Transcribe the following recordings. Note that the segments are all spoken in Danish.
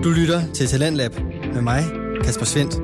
Du lytter til Talentlab med mig, Kasper Svendt.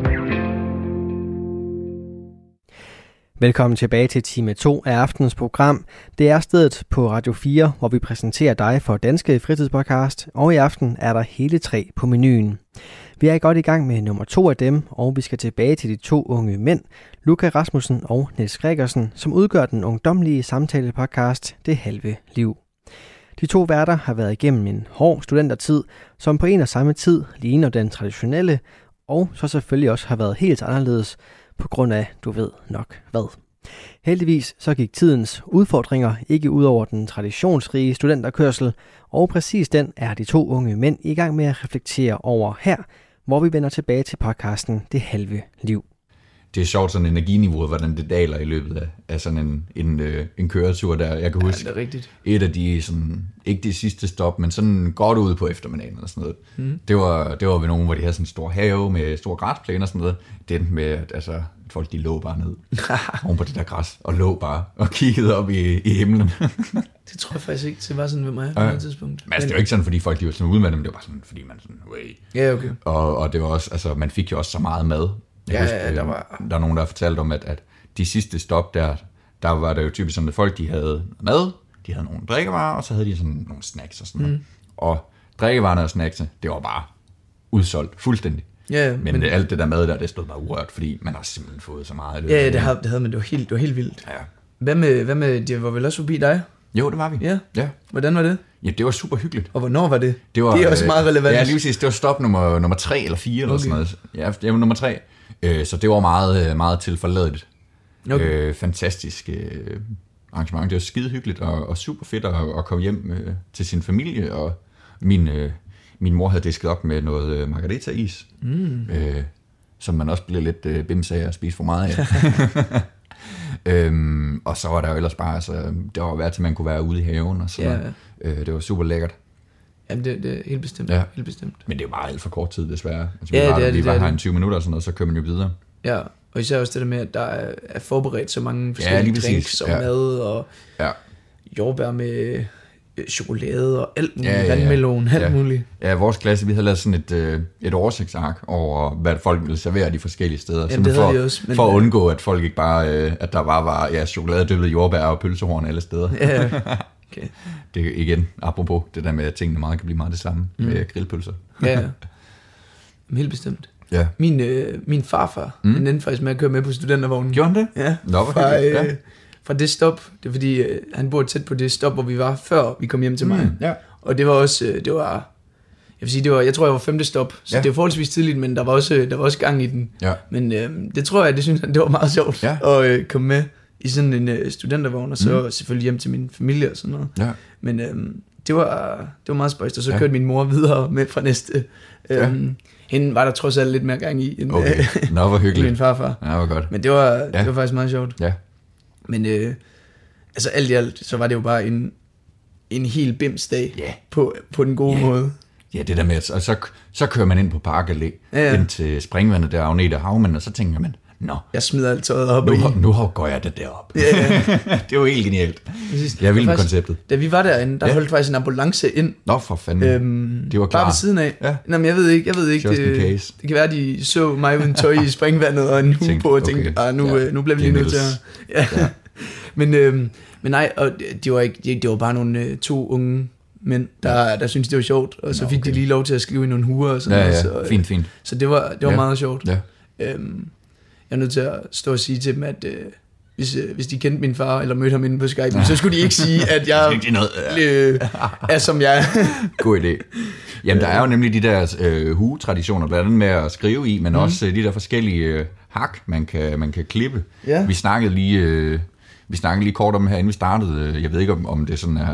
Velkommen tilbage til time 2 af aftenens program. Det er stedet på Radio 4, hvor vi præsenterer dig for Danske Fritidspodcast, og i aften er der hele 3 på menuen. Vi er godt i gang med nummer 2 af dem, og vi skal tilbage til de 2 unge mænd, Luca Rasmussen og Niels Gregersen, som udgør den ungdomlige samtalepodcast Det Halve Liv. De 2 værter har været igennem en hård studentertid, som på en og samme tid ligner den traditionelle, og så selvfølgelig også har været helt anderledes, på grund af, du ved nok hvad. Heldigvis så gik tidens udfordringer ikke ud over den traditionsrige studenterkørsel, og præcis den er de 2 unge mænd i gang med at reflektere over her, hvor vi vender tilbage til podcasten Det Halve Liv. Det er sjovt, sådan energiniveauet, hvordan det daler i løbet af sådan en køretur der. Jeg kan huske, det er rigtigt. Et af de, sådan, ikke det sidste stop, men sådan godt ude på eftermiddagen og sådan noget. Det var ved nogen, hvor de havde sådan en stor have med store græsplæner og sådan noget. Det endte med, at folk de lå bare ned oven på det der græs, og lå bare og kiggede op i himlen. Det tror jeg faktisk ikke, det var sådan ved mig på et tidspunkt. Men altså, det var ikke sådan, fordi folk de var sådan ude med dem, det var bare sådan, fordi man sådan, Ja, okay. Og det var også, altså man fik jo også så meget mad. Jeg husker, der er nogen, der har fortalt om, at de sidste stop der var det jo typisk sådan, at folk de havde mad, de havde nogle drikkevarer, og så havde de sådan nogle snacks og sådan noget. Og drikkevarerne og snacksene, det var bare udsolgt fuldstændig. Ja, men alt det der mad der, det stod bare urørt, fordi man har simpelthen fået så meget. Ja, det havde man, det var helt vildt. Ja. Hvad med, det var vel også forbi dig? Jo, det var vi. Ja. Hvordan var det? Ja, det var super hyggeligt. Og hvornår var det? Det er også meget relevant. Ja, lige præcis. Det var stop nummer 3 eller 4 eller sådan noget. Ja, det var nummer 3. Så det var meget, meget tilforladeligt. Okay. Fantastisk arrangement. Det var skide hyggeligt og super fedt at komme hjem til sin familie. Og min mor havde disket op med noget margarita-is, som man også blev lidt bims af at spise for meget af. Og så var der jo ellers bare, altså, det var værd til, man kunne være ude i haven og sådan noget. Det var super lækkert. Jamen, det er helt bestemt. Ja. Helt bestemt. Men det er jo bare alt for kort tid, desværre. Altså, vi var her en 20 minutter og sådan noget, så kører man jo videre. Ja, og især også det der med, at der er forberedt så mange forskellige drinks og mad og jordbær med chokolade og alt muligt, vandmelon, alt muligt. Ja, vores klasse, vi havde lavet sådan et oversigtsark over, hvad folk ville servere de forskellige steder. Jamen, det havde vi også. For at undgå, at folk ikke bare, at der var chokoladedyppede jordbær og pølsehorn alle steder. Ja. Okay. Det er igen, apropos det der med, at tingene meget kan blive meget det samme med grillpølser. Ja, helt bestemt. Ja. Min farfar, han endte faktisk med at køre med på studentervognen. Gjorde han det? Ja. Fra det stop. Det er fordi, han bor tæt på det stop, hvor vi var, før vi kom hjem til mig. Ja. Og det var også, jeg vil sige, jeg tror, jeg var 5. stop. Så det var forholdsvis tidligt, men der var også gang i den. Ja. Men det tror jeg, det synes han, det var meget sjovt at komme med i sådan en studentervogn, og så selvfølgelig hjem til min familie og sådan noget. Ja. Men det var meget spøjst, og så kørte min mor videre med fra næste. Hende var der trods alt lidt mere gang i end, end min farfar. Ja, var godt. Men det var faktisk meget sjovt. Ja. Men altså alt i alt, så var det jo bare en helt bimsdag på den gode måde. Ja, det der med, så kører man ind på Park Allé, ind til springvandet der, Agnete Havmen, og så tænker man, jeg smider alt tøjet op. Nu går jeg det derop. Det var helt genialt. Præcis. Jeg vil med konceptet. Da vi var derinde, der holdt faktisk en ambulance ind. Nå, for fanden. Det var klar. Bare ved siden af. Ja. Nå, men jeg ved ikke. Det kan være, de så mig uden tøj i springvandet og en hue på og tænkte, nu bliver vi lige nødt til at... Ja. Men nej, og det var bare nogle 2 unge mænd, der syntes, det var sjovt. Og så fik de lige lov til at skrive i nogle huer og sådan noget. Så, fint. Så det var meget sjovt. Ja. Jeg er nødt til at stå og sige til dem, at hvis de kendte min far, eller mødte ham inde på Skype, så skulle de ikke sige, at jeg er som jeg er. God idé. Jamen, der er jo nemlig de der hugetraditioner, blandt andet med at skrive i, men også de der forskellige hak, man kan klippe. Ja. Vi snakkede lige kort om det her, inden vi startede. Jeg ved ikke, om det sådan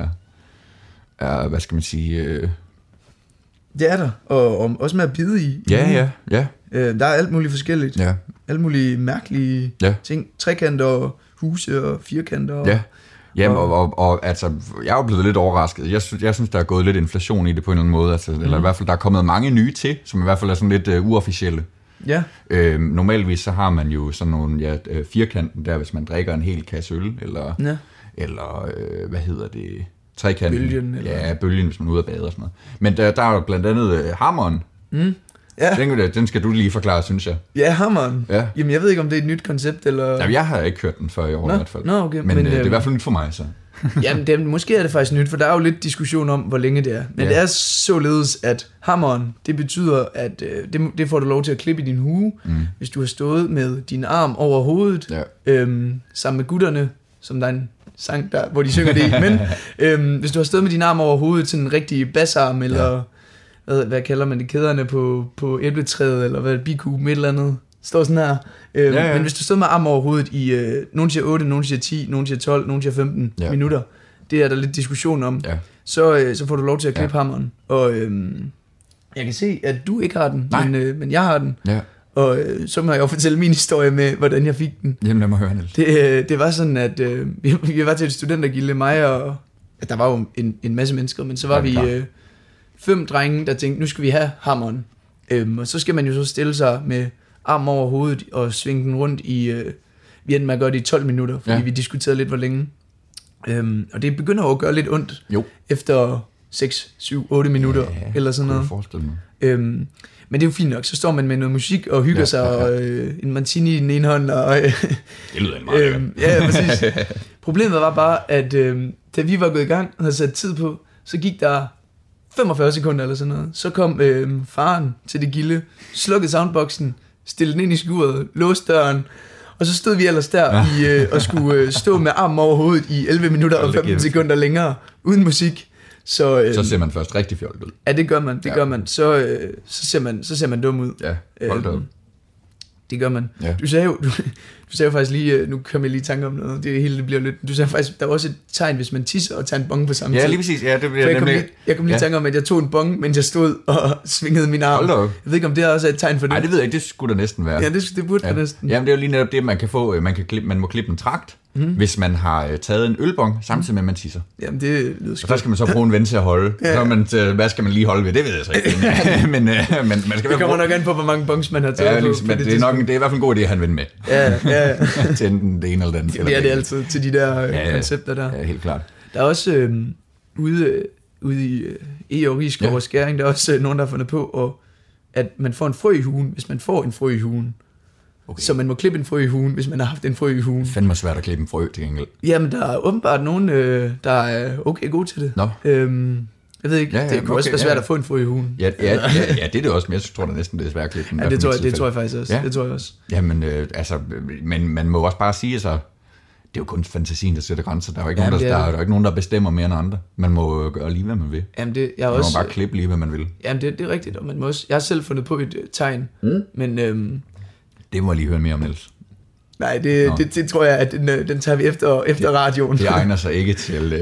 er hvad skal man sige... Det er der, og også med at bide i. Ja. Der er alt muligt forskelligt. Ja. Alt mulige mærkelige ting. Trekanter og huse og firkanter. Jamen, og altså, jeg er jo blevet lidt overrasket. Jeg synes, der er gået lidt inflation i det på en eller anden måde. Altså, eller i hvert fald, der er kommet mange nye til, som i hvert fald er sådan lidt uofficielle. Ja. Normalvis så har man jo sådan nogle firkanten der, hvis man drikker en hel kasse øl, eller hvad hedder det, trekanten. Bølgen. Eller? Ja, bølgen, hvis man er ude at bade og sådan noget. Men der er jo blandt andet hammeren. Ja. Den skal du lige forklare, synes jeg. Ja, hammeren. Ja. Jamen, jeg ved ikke, om det er et nyt koncept, eller... Jamen, jeg har ikke hørt den før i år i hvert fald. Nå, okay. Men det er i hvert fald nyt for mig, så. Jamen, måske er det faktisk nyt, for der er jo lidt diskussion om, hvor længe det er. Men det er således, at hammeren, det betyder, at det får du lov til at klippe i din hue, hvis du har stået med din arm over hovedet, sammen med gutterne, som der er en sang, hvor de synger det i. Men hvis du har stået med din arm over hovedet, sådan en rigtig bassarm, eller hvad kalder man det, kæderne på æbletræet, eller hvad, bikuben, et eller andet, står sådan her. Men hvis du stod med arm over hovedet i, nogen siger 8, nogen siger 10, nogen siger 12, nogen siger 15 minutter, det er der lidt diskussion om, så får du lov til at klippe hammeren. Og jeg kan se, at du ikke har den, men jeg har den. Ja. Og så må jeg jo fortælle min historie med, hvordan jeg fik den. Jamen lad mig høre, Niels. Det var sådan, at vi var til et studentergilde, mig og... Der var jo en masse mennesker, men så var vi 5 drenge, der tænkte, nu skal vi have hammeren. Og så skal man jo så stille sig med arm over hovedet og svinge den rundt i... vi endte med at gøre det i 12 minutter, fordi vi diskuterede lidt, hvor længe. Og det begynder jo at gøre lidt ondt efter 6, 7, 8 minutter eller sådan noget. Men det er jo fint nok, så står man med noget musik og hygger sig, og en martini i den ene hånd. Og, det lyder en meget ja, præcis. Problemet var bare, at da vi var gået i gang og havde sat tid på, så gik der 45 sekunder eller sådan noget. Så kom faren til det gilde, slukkede soundboxen, stillede den ind i skuret, låste døren, og så stod vi ellers der og skulle stå med armen over hovedet i 11 minutter og 15 sekunder længere, uden musik. Så ser man først rigtig fjollet ud. Ja, det gør man. Så ser man dum ud. Ja, hold da op. Det gør man. Ja. Du sagde jo faktisk lige, nu kommer jeg lige i tanke om noget, det bliver lidt, du sagde faktisk, der var også et tegn, hvis man tisser og tager en bong på samme tid. Ja, lige præcis. Ja, det bliver jeg kom lige i tanke om, at jeg tog en bong, mens jeg stod og svingede min arm. Jeg ved ikke, om det er også et tegn for det. Nej, det ved jeg ikke, det skulle der næsten være. Ja, det burde der næsten. Jamen, det er jo lige netop det, man kan få, man må klippe en trakt, hvis man har taget en ølbong, samtidig med, at man tisser. Jamen, det lyder skønt. Og der skal man så bruge en ven til at holde. Hvad skal man lige holde ved? Det ved jeg så ikke. men man skal det kommer nok an på, hvor mange bongs man har taget på. Men det er i hvert fald en god idé at have en ven med. Ja. Til enten det ene eller den. Det er det altid, til de der koncepter der. Ja, helt klart. Der er også ude i Riskov og Skæring, der er også nogen, der har fundet på, at man får en frø i hugen, hvis man får en frø i hugen. Okay. Så man må klippe en frø i hugen, hvis man har haft en frø i hugen. Det er fandme svært at klippe en frø til gengæld. Jamen, der er åbenbart nogen, der er okay gode til det. Nå. Jeg ved ikke, det kan også være svært at få en frø i hugen. Ja, det er det også, men jeg tror da næsten, det er svært at klippe den. Ja, det tror jeg faktisk også. Ja. Det tror jeg også. Jamen, men man må også bare sige, så det er jo kun fantasien, der sætter grænser. Der er jo ikke, der er ikke nogen, der bestemmer mere end andre. Man må gøre lige, hvad man vil. Jamen, man må bare klippe lige, hvad man vil. Jamen, det er rigtigt, og man må også... Jeg har selv fundet på et tegn, men... det må jeg lige høre mere om, Niels. Nej, det tror jeg, at den tager vi efter radioen. Det egner sig ikke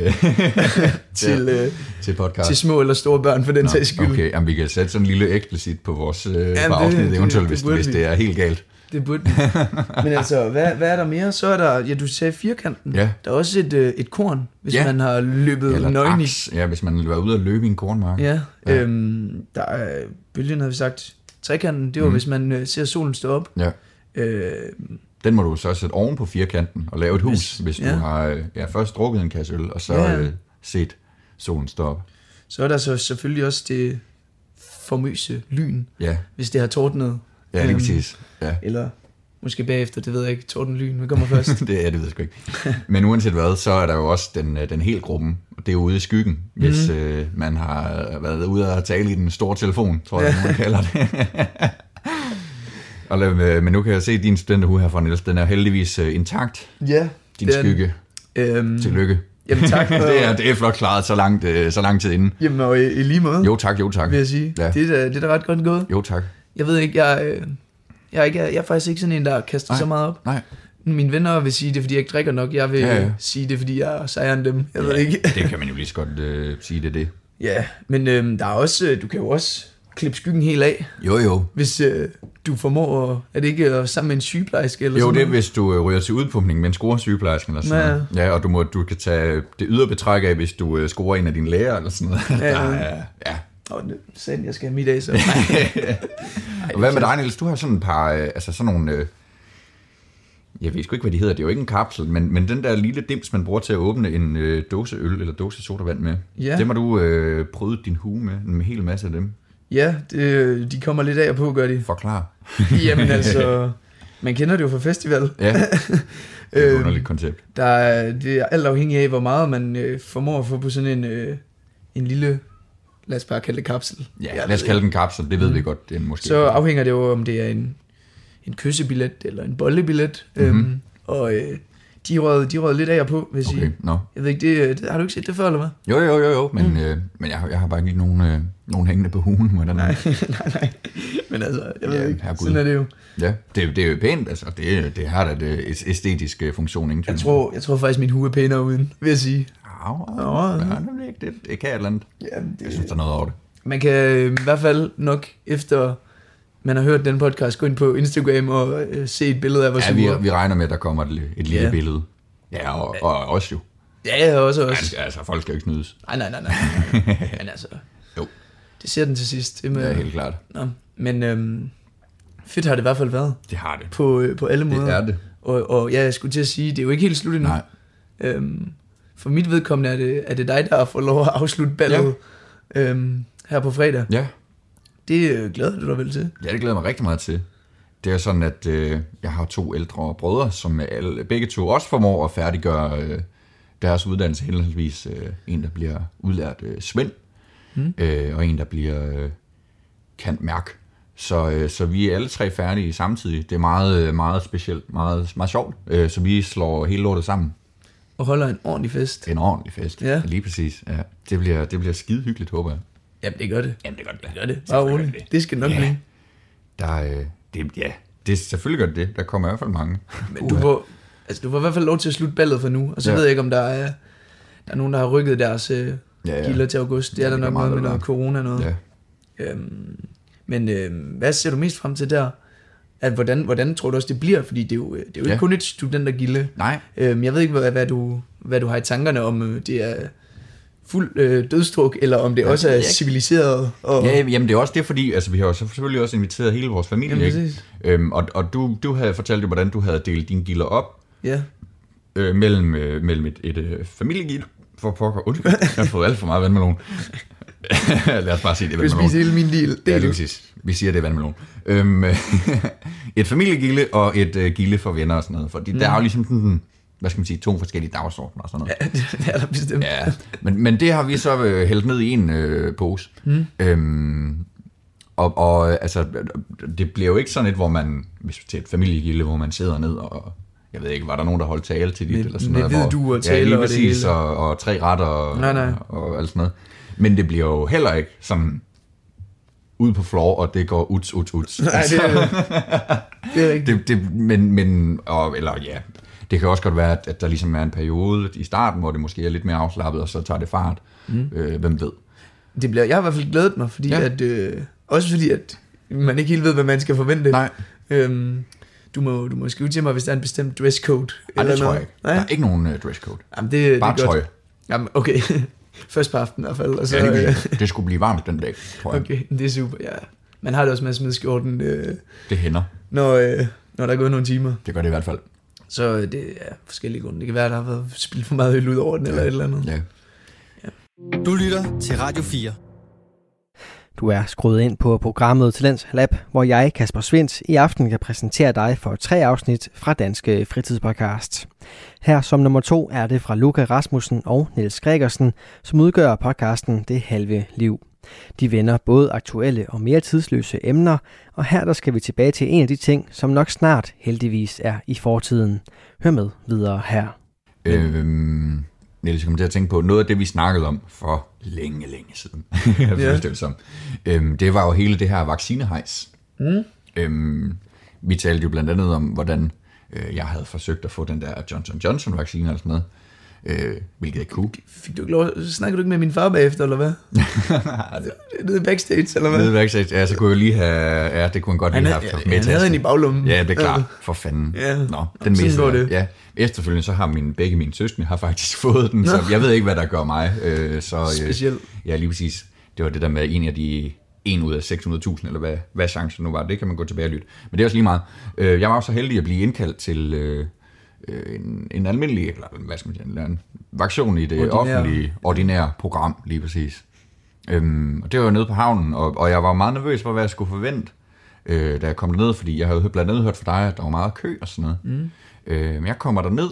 til podcast. Til små eller store børn, for den sags skyld. Okay, jamen, vi kan sætte sådan en lille eksplicit på vores afsnit, eventuelt, hvis det er helt galt. Det burde vi. Men altså, hvad er der mere? Så er der, du sagde firkanten. Ja. Der er også et korn, hvis man har løbet nøgen i. Ja, hvis man var ude og løbe i en kornmark. Ja. Der er bølgen, havde vi sagt. Trekanten, det var, hvis man ser solen stå op. Ja. Den må du så sætte oven på firkanten og lave et hus, hvis du har først drukket en kasse øl, og så set solen stå op. Så er der så selvfølgelig også det famøse lyn, hvis det har tordnet. Ja, lige præcis. Ja. Eller måske bagefter, det ved jeg ikke, tordenlyn, hvad kommer først? det ved jeg sgu ikke. Men uanset hvad, så er der jo også den hele gruppen, og det er ude i skyggen, hvis man har været ude og tale i den store telefon, tror jeg, man kalder det. Men nu kan jeg se din studenterhue herfra, Niels, den er heldigvis intakt. Ja. Din skygge. Tillykke. Jamen tak. det er flot klaret så lang tid inden. Jamen og i lige måde. Jo tak. Vil jeg sige. Ja. Det er da ret godt gået. Jo tak. Jeg ved ikke, jeg er faktisk ikke sådan en, der kaster så meget op. Nej. Mine venner vil sige det, fordi jeg ikke drikker nok. Jeg vil sige det, fordi jeg er sejere end dem. Jeg ved ikke. Det kan man jo lige så godt sige det. Ja, men der er også, du kan jo også klippe skyggen helt af. Jo. Hvis du formår, er det ikke sammen med en sygeplejerske? Eller jo, sådan det er, hvis du ryger til udpumpning med en scoresygeplejerske eller sådan noget. Ja, og du kan tage det ydre betræk af, hvis du scorer en af dine læger eller sådan noget. Ja. Og send, jeg skal have middag, så. Og hvad med dig, Niels? Du har sådan et par, sådan nogle, Jeg ved sgu ikke, hvad de hedder. Det er jo ikke en kapsel, men den der lille dims, man bruger til at åbne en dåse øl eller dåse sodavand med. Ja. Dem har du prøvet din hue med, en hel masse af dem. Ja, de kommer lidt af og på, gør de. Forklar. Jamen altså, man kender det jo fra festival. Ja, det er et underligt koncept. Det er alt afhængig af, hvor meget man formår at få på sådan en lille, lad os bare kalde det kapsel. Ja, lad os kalde den kapsel, det ved vi godt. Det er måske så afhænger det jo, om det er en kyssebillet eller en bollebillet. Og de rød lidt af og på, vil jeg sige. No. Jeg ved ikke, har du ikke set det før, eller hvad? Jo, men jeg har bare ikke nogen hængende på hugen. Nej. Men altså, jeg ved ikke, sådan er det jo. Ja, det er jo pænt, altså. Det har da det æstetiske funktion, ingen tvivl. Jeg tror faktisk, min hue er pænere uden, vil jeg sige. Det kan et eller andet. Ja, jeg synes, der er noget over det. Man kan i hvert fald nok efter man har hørt den podcast, gå ind på Instagram og se et billede af vores hue. Ja, vi regner med, at der kommer et lille billede. Ja, og også jo. Ja, også. Altså, folk skal jo ikke snydes. Nej. Men altså, jo. Det ser den til sidst. Det er helt klart. Nå, men fedt har det i hvert fald været. Det har det. På alle måder. Det er det. Og ja, jeg skulle til at sige, det er jo ikke helt slut endnu. Nej. For mit vedkommende er det dig, der får lov at afslutte ballet her på fredag. Ja. Det glæder du dig vel til? Ja, det glæder mig rigtig meget til. Det er sådan, at jeg har 2 ældre brødre, som begge to også formår at færdiggøre deres uddannelse henholdsvis. En, der bliver udlært svend, og en, der bliver kantmærk. Så vi er alle 3 færdige samtidig. Det er meget, meget specielt, meget, meget sjovt. Så vi slår hele lortet sammen. Og holder en ordentlig fest. En ordentlig fest, ja. Lige præcis. Ja. Det bliver skide hyggeligt, håber jeg. Jamen, det gør det. Det gør det. Bare roligt. Det skal nok blive. Det selvfølgelig gør det. Der kommer i hvert fald mange. Men du får i hvert fald lov til at slutte ballet for nu. Og så ved jeg ikke, om der er nogen, der har rykket deres gilder til august. Det er der nok noget med noget corona noget. Ja. Men hvad ser du mest frem til der? At hvordan tror du også, det bliver? Fordi det er jo ikke kun et studentergilde. Nej. Jeg ved ikke, hvad du har i tankerne om. Det er fuld dødstruk, eller om det også er civiliseret. Jamen det er også det, fordi altså, vi har jo selvfølgelig også inviteret hele vores familie. Jamen, og du havde fortalt, hvordan du havde delt dine gilder op mellem et familiegilde. For pokker, undskyld, jeg har fået alt for meget vandmelon. Lad os bare sige det er vandmelon. Du spiser hele min deal. Det er præcis. Vi siger, det er vandmelon. Et familiegilde og et gilde for venner og sådan noget. Fordi der er jo ligesom sådan, hvad skal man sige, 2 forskellige dagsordner og sådan noget. Ja, det er der bestemt. Ja, men det har vi så hældt ned i en pose. Og altså, det bliver jo ikke sådan et, hvor man, hvis til et familiegilde, hvor man sidder ned og, jeg ved ikke, var der nogen, der holdt tale til dit eller sådan noget. Ved du og tale lige præcis, og 3 retter og alt sådan noget. Men det bliver jo heller ikke sådan ude på floor, og det går uts. Nej, det er rigtigt. Det kan også godt være, at der ligesom er en periode i starten, hvor det måske er lidt mere afslappet, og så tager det fart. Hvem ved? Jeg har i hvert fald glædet mig, fordi også fordi at man ikke helt ved, hvad man skal forvente. Nej. Du må skrive til mig, hvis der er en bestemt dresscode. Nej, det tror jeg ikke. Der er ikke nogen dresscode. Jamen, det bare det er tøj. Godt. Jamen, okay. Først på aftenen i hvert fald. Og så, det skulle blive varmt den dag, tror jeg. Okay, det er super, ja. Man har det også med at smide skjorten. Det hænder. Når der er gået nogle timer. Det gør det i hvert fald. Så det er forskellige grunde. Det kan være, at der har været spildt for meget øl ud over den, eller et eller andet. Ja. Du lytter til Radio 4. Du er skruet ind på programmet Talents Lab, hvor jeg, Kasper Svindt, i aften kan præsentere dig for 3 afsnit fra Danske Fritidspodcast. Her som nummer 2 er det fra Luca Rasmussen og Niels Gregersen, som udgør podcasten Det Halve Liv. De vender både aktuelle og mere tidsløse emner, og her der skal vi tilbage til en af de ting, som nok snart heldigvis er i fortiden. Hør med videre her. Niels, jeg kommer til at tænke på noget af det, vi snakkede om for længe siden. Det var jo hele det her vaccinehejs. Vi talte jo blandt andet om, hvordan jeg havde forsøgt at få den der Johnson-vaccine eller sådan noget. Hvilket jeg kunne. Fik du ikke lov? Snakkede du ikke med min far bagefter, eller hvad? Nede backstage, eller hvad? Nede backstage, ja, så kunne jeg lige have... Ja, det kunne han godt lige have haft med. Han havde en i baglummen. Ja, det er klart. For fanden. Ja. Nå, den mistede det. Ja. Efterfølgende så har begge mine søskende har faktisk fået den, så jeg ved ikke, hvad der gør mig. Specielt. Ja, lige præcis. Det var det der med en af de 1 ud af 600.000, eller hvad chancen nu var. Det kan man gå tilbage og lytte. Men det er også lige meget. Jeg var også så heldig at blive indkaldt til en almindelig, eller hvad skal man sige, en vaktion i det offentlige, ordinære program, lige præcis. Og det var jo nede på havnen, og jeg var meget nervøs for, hvad jeg skulle forvente, da jeg kom derned, fordi jeg havde blandt andet hørt fra dig, at der var meget kø og sådan noget. Men jeg kommer derned,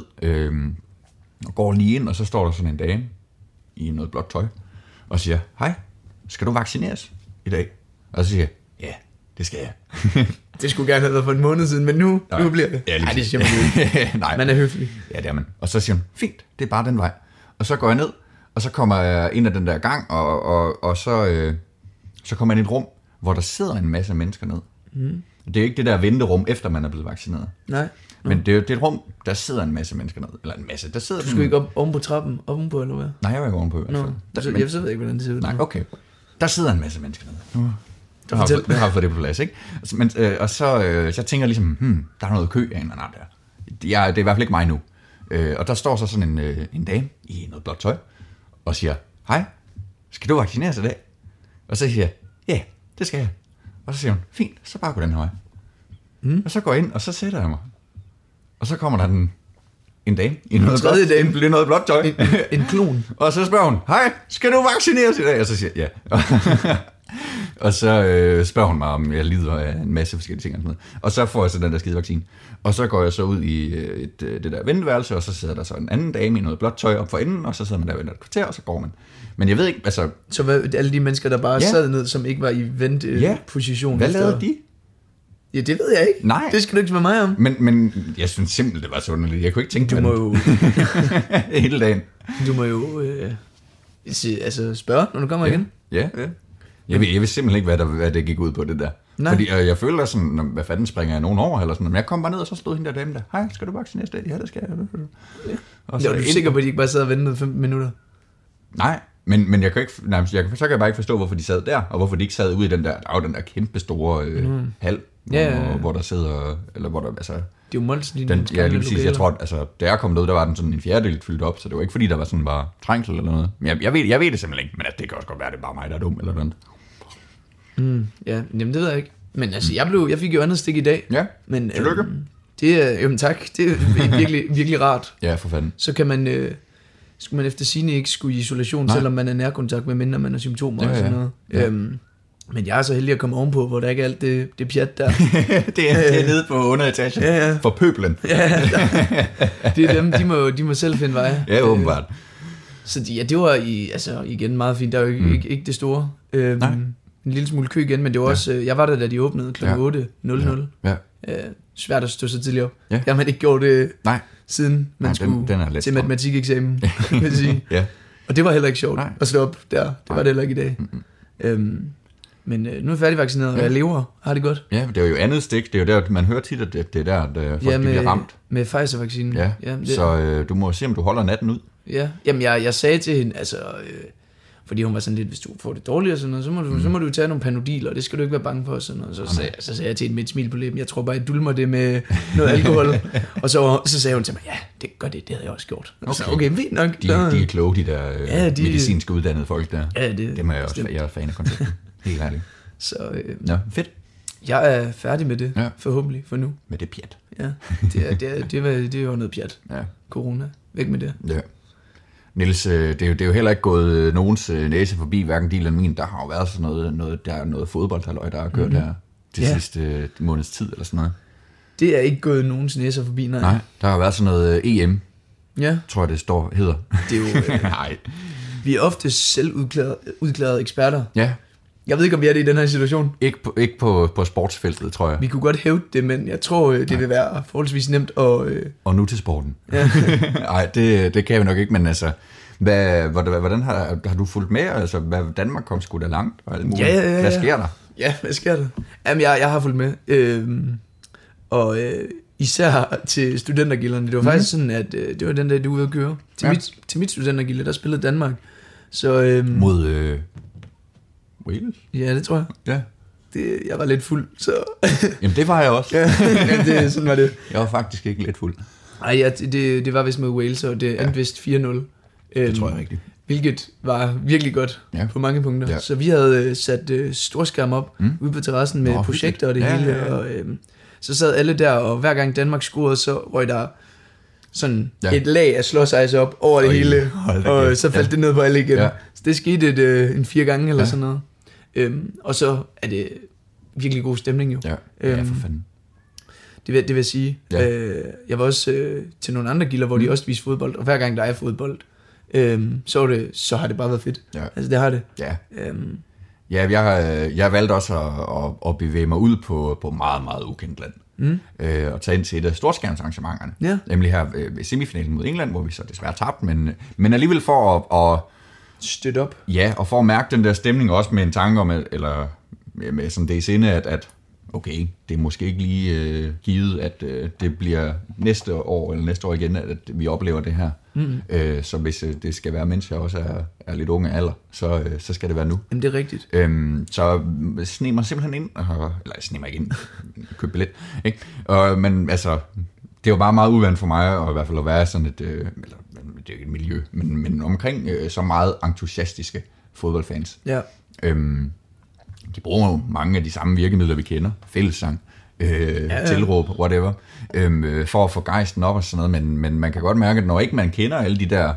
og går lige ind, og så står der sådan en dame i noget blåt tøj, og siger, hej, skal du vaccineres i dag? Og så siger jeg, ja, det skal jeg. Det skulle gerne have været for en måned siden, men nu bliver det. Ja, nej, det siger man ikke. Nej. Man er høflig. Ja, det er man. Og så siger hun, fint, det er bare den vej. Og så går jeg ned, og så kommer jeg ind ad den der gang, og så kommer jeg ind i et rum, hvor der sidder en masse mennesker ned. Det er ikke det der venterum, efter man er blevet vaccineret. Nej. Men det er et rum, der sidder en masse mennesker ned. Eller en masse, der sidder... Du skulle ikke op oven på trappen? Ovenpå, eller hvad? Nej, jeg var ikke ovenpå i hvert fald. Jeg ved ikke, hvordan det ser ud. Nej, okay. Der sidder en masse mennesker ned. Nu har jeg fået det på plads, ikke? Men, og så tænker jeg ligesom, der er noget kø af en eller anden der. Det er i hvert fald ikke mig nu. Og der står så sådan en dame i noget blåt tøj, og siger, hej, skal du vaccineres i dag? Og så siger jeg, ja, det skal jeg. Og så siger hun, fint, så bare gå den her vej. Og så går jeg ind, og så sætter jeg mig. Og så kommer der en dame i noget blåt tøj. En klon. Og så spørger hun, hej, skal du vaccineres i dag? Og så siger jeg, ja. Og så spørger hun mig, om jeg lider af en masse forskellige ting og sådan noget. Og så får jeg så den der skide vaccine. Og så går jeg så ud i det der venteværelse, og så sidder der så en anden dame i noget blåt tøj op for enden, og så sidder man der og venter et kvarter, og så går man. Men jeg ved ikke, altså... Så hvad, alle de mennesker, der bare sad ned, som ikke var i venteposition? Hvad lavede de? Ja, det ved jeg ikke. Nej. Det skal du ikke spørge mig om. Men jeg synes simpelthen, det var så underligt. Jeg kunne ikke tænke på det. Hele dagen. Du må jo spørge, når du kommer igen. Ja. Jeg ved simpelthen ikke, hvad det gik ud på, det der. Nej. Fordi jeg føler sådan, hvad fanden springer jeg nogen over, eller sådan. Men jeg kom bare ned, og så stod hende der dame der. Hej, skal du vaccineres i dag? Ja, det skal jeg. Ja. Og så er du sikker på, at de ikke bare sad og ventede 15 minutter? Nej, men jeg kan ikke, så kan jeg bare ikke forstå, hvorfor de sad der, og hvorfor de ikke sad ude i den der kæmpe store hal, hvor der sidder, eller hvor der, altså... Det er jo Molsen, ja, lige præcis. Jeg tror, altså, da jeg kom ud, der var den sådan en fjerdedel fyldt op, så det var ikke fordi, der var sådan bare trængsel eller noget. Men jeg ved det simpelthen ikke, men altså, det kan også godt være, det er bare mig, der er dum eller noget. Ja, jamen det ved jeg ikke. Men altså, jeg fik jo andet stik i dag. Ja, men, tillykke. Det er, jamen tak, det er virkelig, virkelig rart. Ja, for fanden. Så kan man, skulle man efter sigende ikke skulle i isolation, selvom man er nærkontakt med, mindre man har symptomer og sådan noget. Ja. Men jeg er så heldig at komme ovenpå, hvor der ikke er alt det pjat der. det er nede på underetagen for pøblen. Ja, det er dem, de må selv finde veje. Ja, åbenbart. Så det var igen meget fint. Der er jo ikke det store. En lille smule kø igen, men det var også, jeg var der, da de åbnede kl. 8.00. Ja. Svært at stå så tidligt op. Ja. Det har man ikke gjort siden man skulle til matematikeksamen, vil jeg sige. Ja. Og det var heller ikke sjovt at stå op der. Det var det heller ikke i dag. Men nu er jeg færdigvaccineret, og jeg lever, har det godt. Ja, det er jo andet stik. Det er jo der, man hører tit, at det er der, at folk bliver ramt. Med Pfizer-vaccinen. Ja, så du må se, om du holder natten ud. Ja, jamen jeg sagde til hende, fordi hun var sådan lidt, hvis du får det dårligt og sådan noget, så må du tage nogle Panodiler, og det skal du ikke være bange for og sådan noget. Så sagde jeg til hende med et smil på læben, jeg tror bare, jeg dulmer det med noget alkohol. Og så sagde hun til mig, ja, det gør det havde jeg også gjort. Okay, fint nok. De er kloge, de der medicinske uddannede folk der. Ja, det er også, jeg er fan af konceptet. Helt ærligt. Så fedt. Jeg er færdig med det, forhåbentlig, for nu. Med det pjat. Ja, det er jo noget pjat. Ja. Corona, væk med det. Ja. Niels, det er jo heller ikke gået nogens næse forbi, hverken din eller min. Der har jo været sådan noget fodboldhalløj, der har kørt her til sidste måneds tid eller sådan noget. Det er ikke gået nogens næse forbi, nej. Nej, der har været sådan noget EM, tror jeg det hedder. Det er jo... Nej. Vi er ofte selv udklædede eksperter. Ja. Jeg ved ikke, om vi er det i den her situation. Ikke på sportsfeltet, tror jeg. Vi kunne godt hævde det, men jeg tror, det vil være forholdsvis nemt at... Og nu til sporten. Ja. Nej, det kan vi nok ikke, men altså... Hvordan har du fulgt med? Altså, Danmark kom sgu da langt og alt muligt. Ja. Hvad sker der? Ja, hvad sker der? Jamen, jeg har fulgt med. Især til studentergilderne. Det var faktisk sådan, at det var den dag, du var ude at køre. Til mit studentergilde, der spillede Danmark. Så, mod Wales? Ja, det tror jeg. Ja. Jeg var lidt fuld, så... Jamen, det var jeg også. Ja, sådan var det. Jeg var faktisk ikke lidt fuld. Nej, det var vist med Wales, og det endte vist 4-0. Det tror jeg rigtigt. hvilket var virkelig godt på mange punkter. Ja. Så vi havde sat storskærm op ude på terrassen med projekter og det hele, og så sad alle der, og hver gang Danmark scorede, så røg der sådan et lag af slåsejse op over det hele, og så faldt det ned på alle igen. Ja. Så det skete en 4 gange eller sådan noget. Og så er det virkelig god stemning jo. Ja, for fanden. Det vil jeg sige. Ja. Jeg var også til nogle andre gilder, hvor de også viste fodbold, og hver gang der er fodbold, så har det bare været fedt. Ja. Altså det har det. Ja. Jeg valgte også at bevæge mig ud på meget, meget ukendt land. Og tage ind til et af storskærmsarrangementerne. Nemlig her ved semifinalen mod England, hvor vi så desværre tabte, men alligevel for at støtte op. Ja, og for at mærke den der stemning også med en tanke om, eller med sådan det i sinde, at okay, det er måske ikke lige givet, at det bliver næste år igen, at vi oplever det her. Så hvis det skal være, mens jeg også er lidt unge alder, så skal det være nu. Jamen det er rigtigt. Så sne mig simpelthen ind, eller sne mig ikke ind, køb billet, ikke? Men altså, det var bare meget uvandt for mig, og i hvert fald at være sådan et, eller det er ikke et miljø, men omkring så meget entusiastiske fodboldfans. Ja. De bruger jo mange af de samme virkemidler, vi kender. Fællessang, tilråb, whatever, for at få gejsten op og sådan noget, men man kan godt mærke, at når ikke man kender alle de der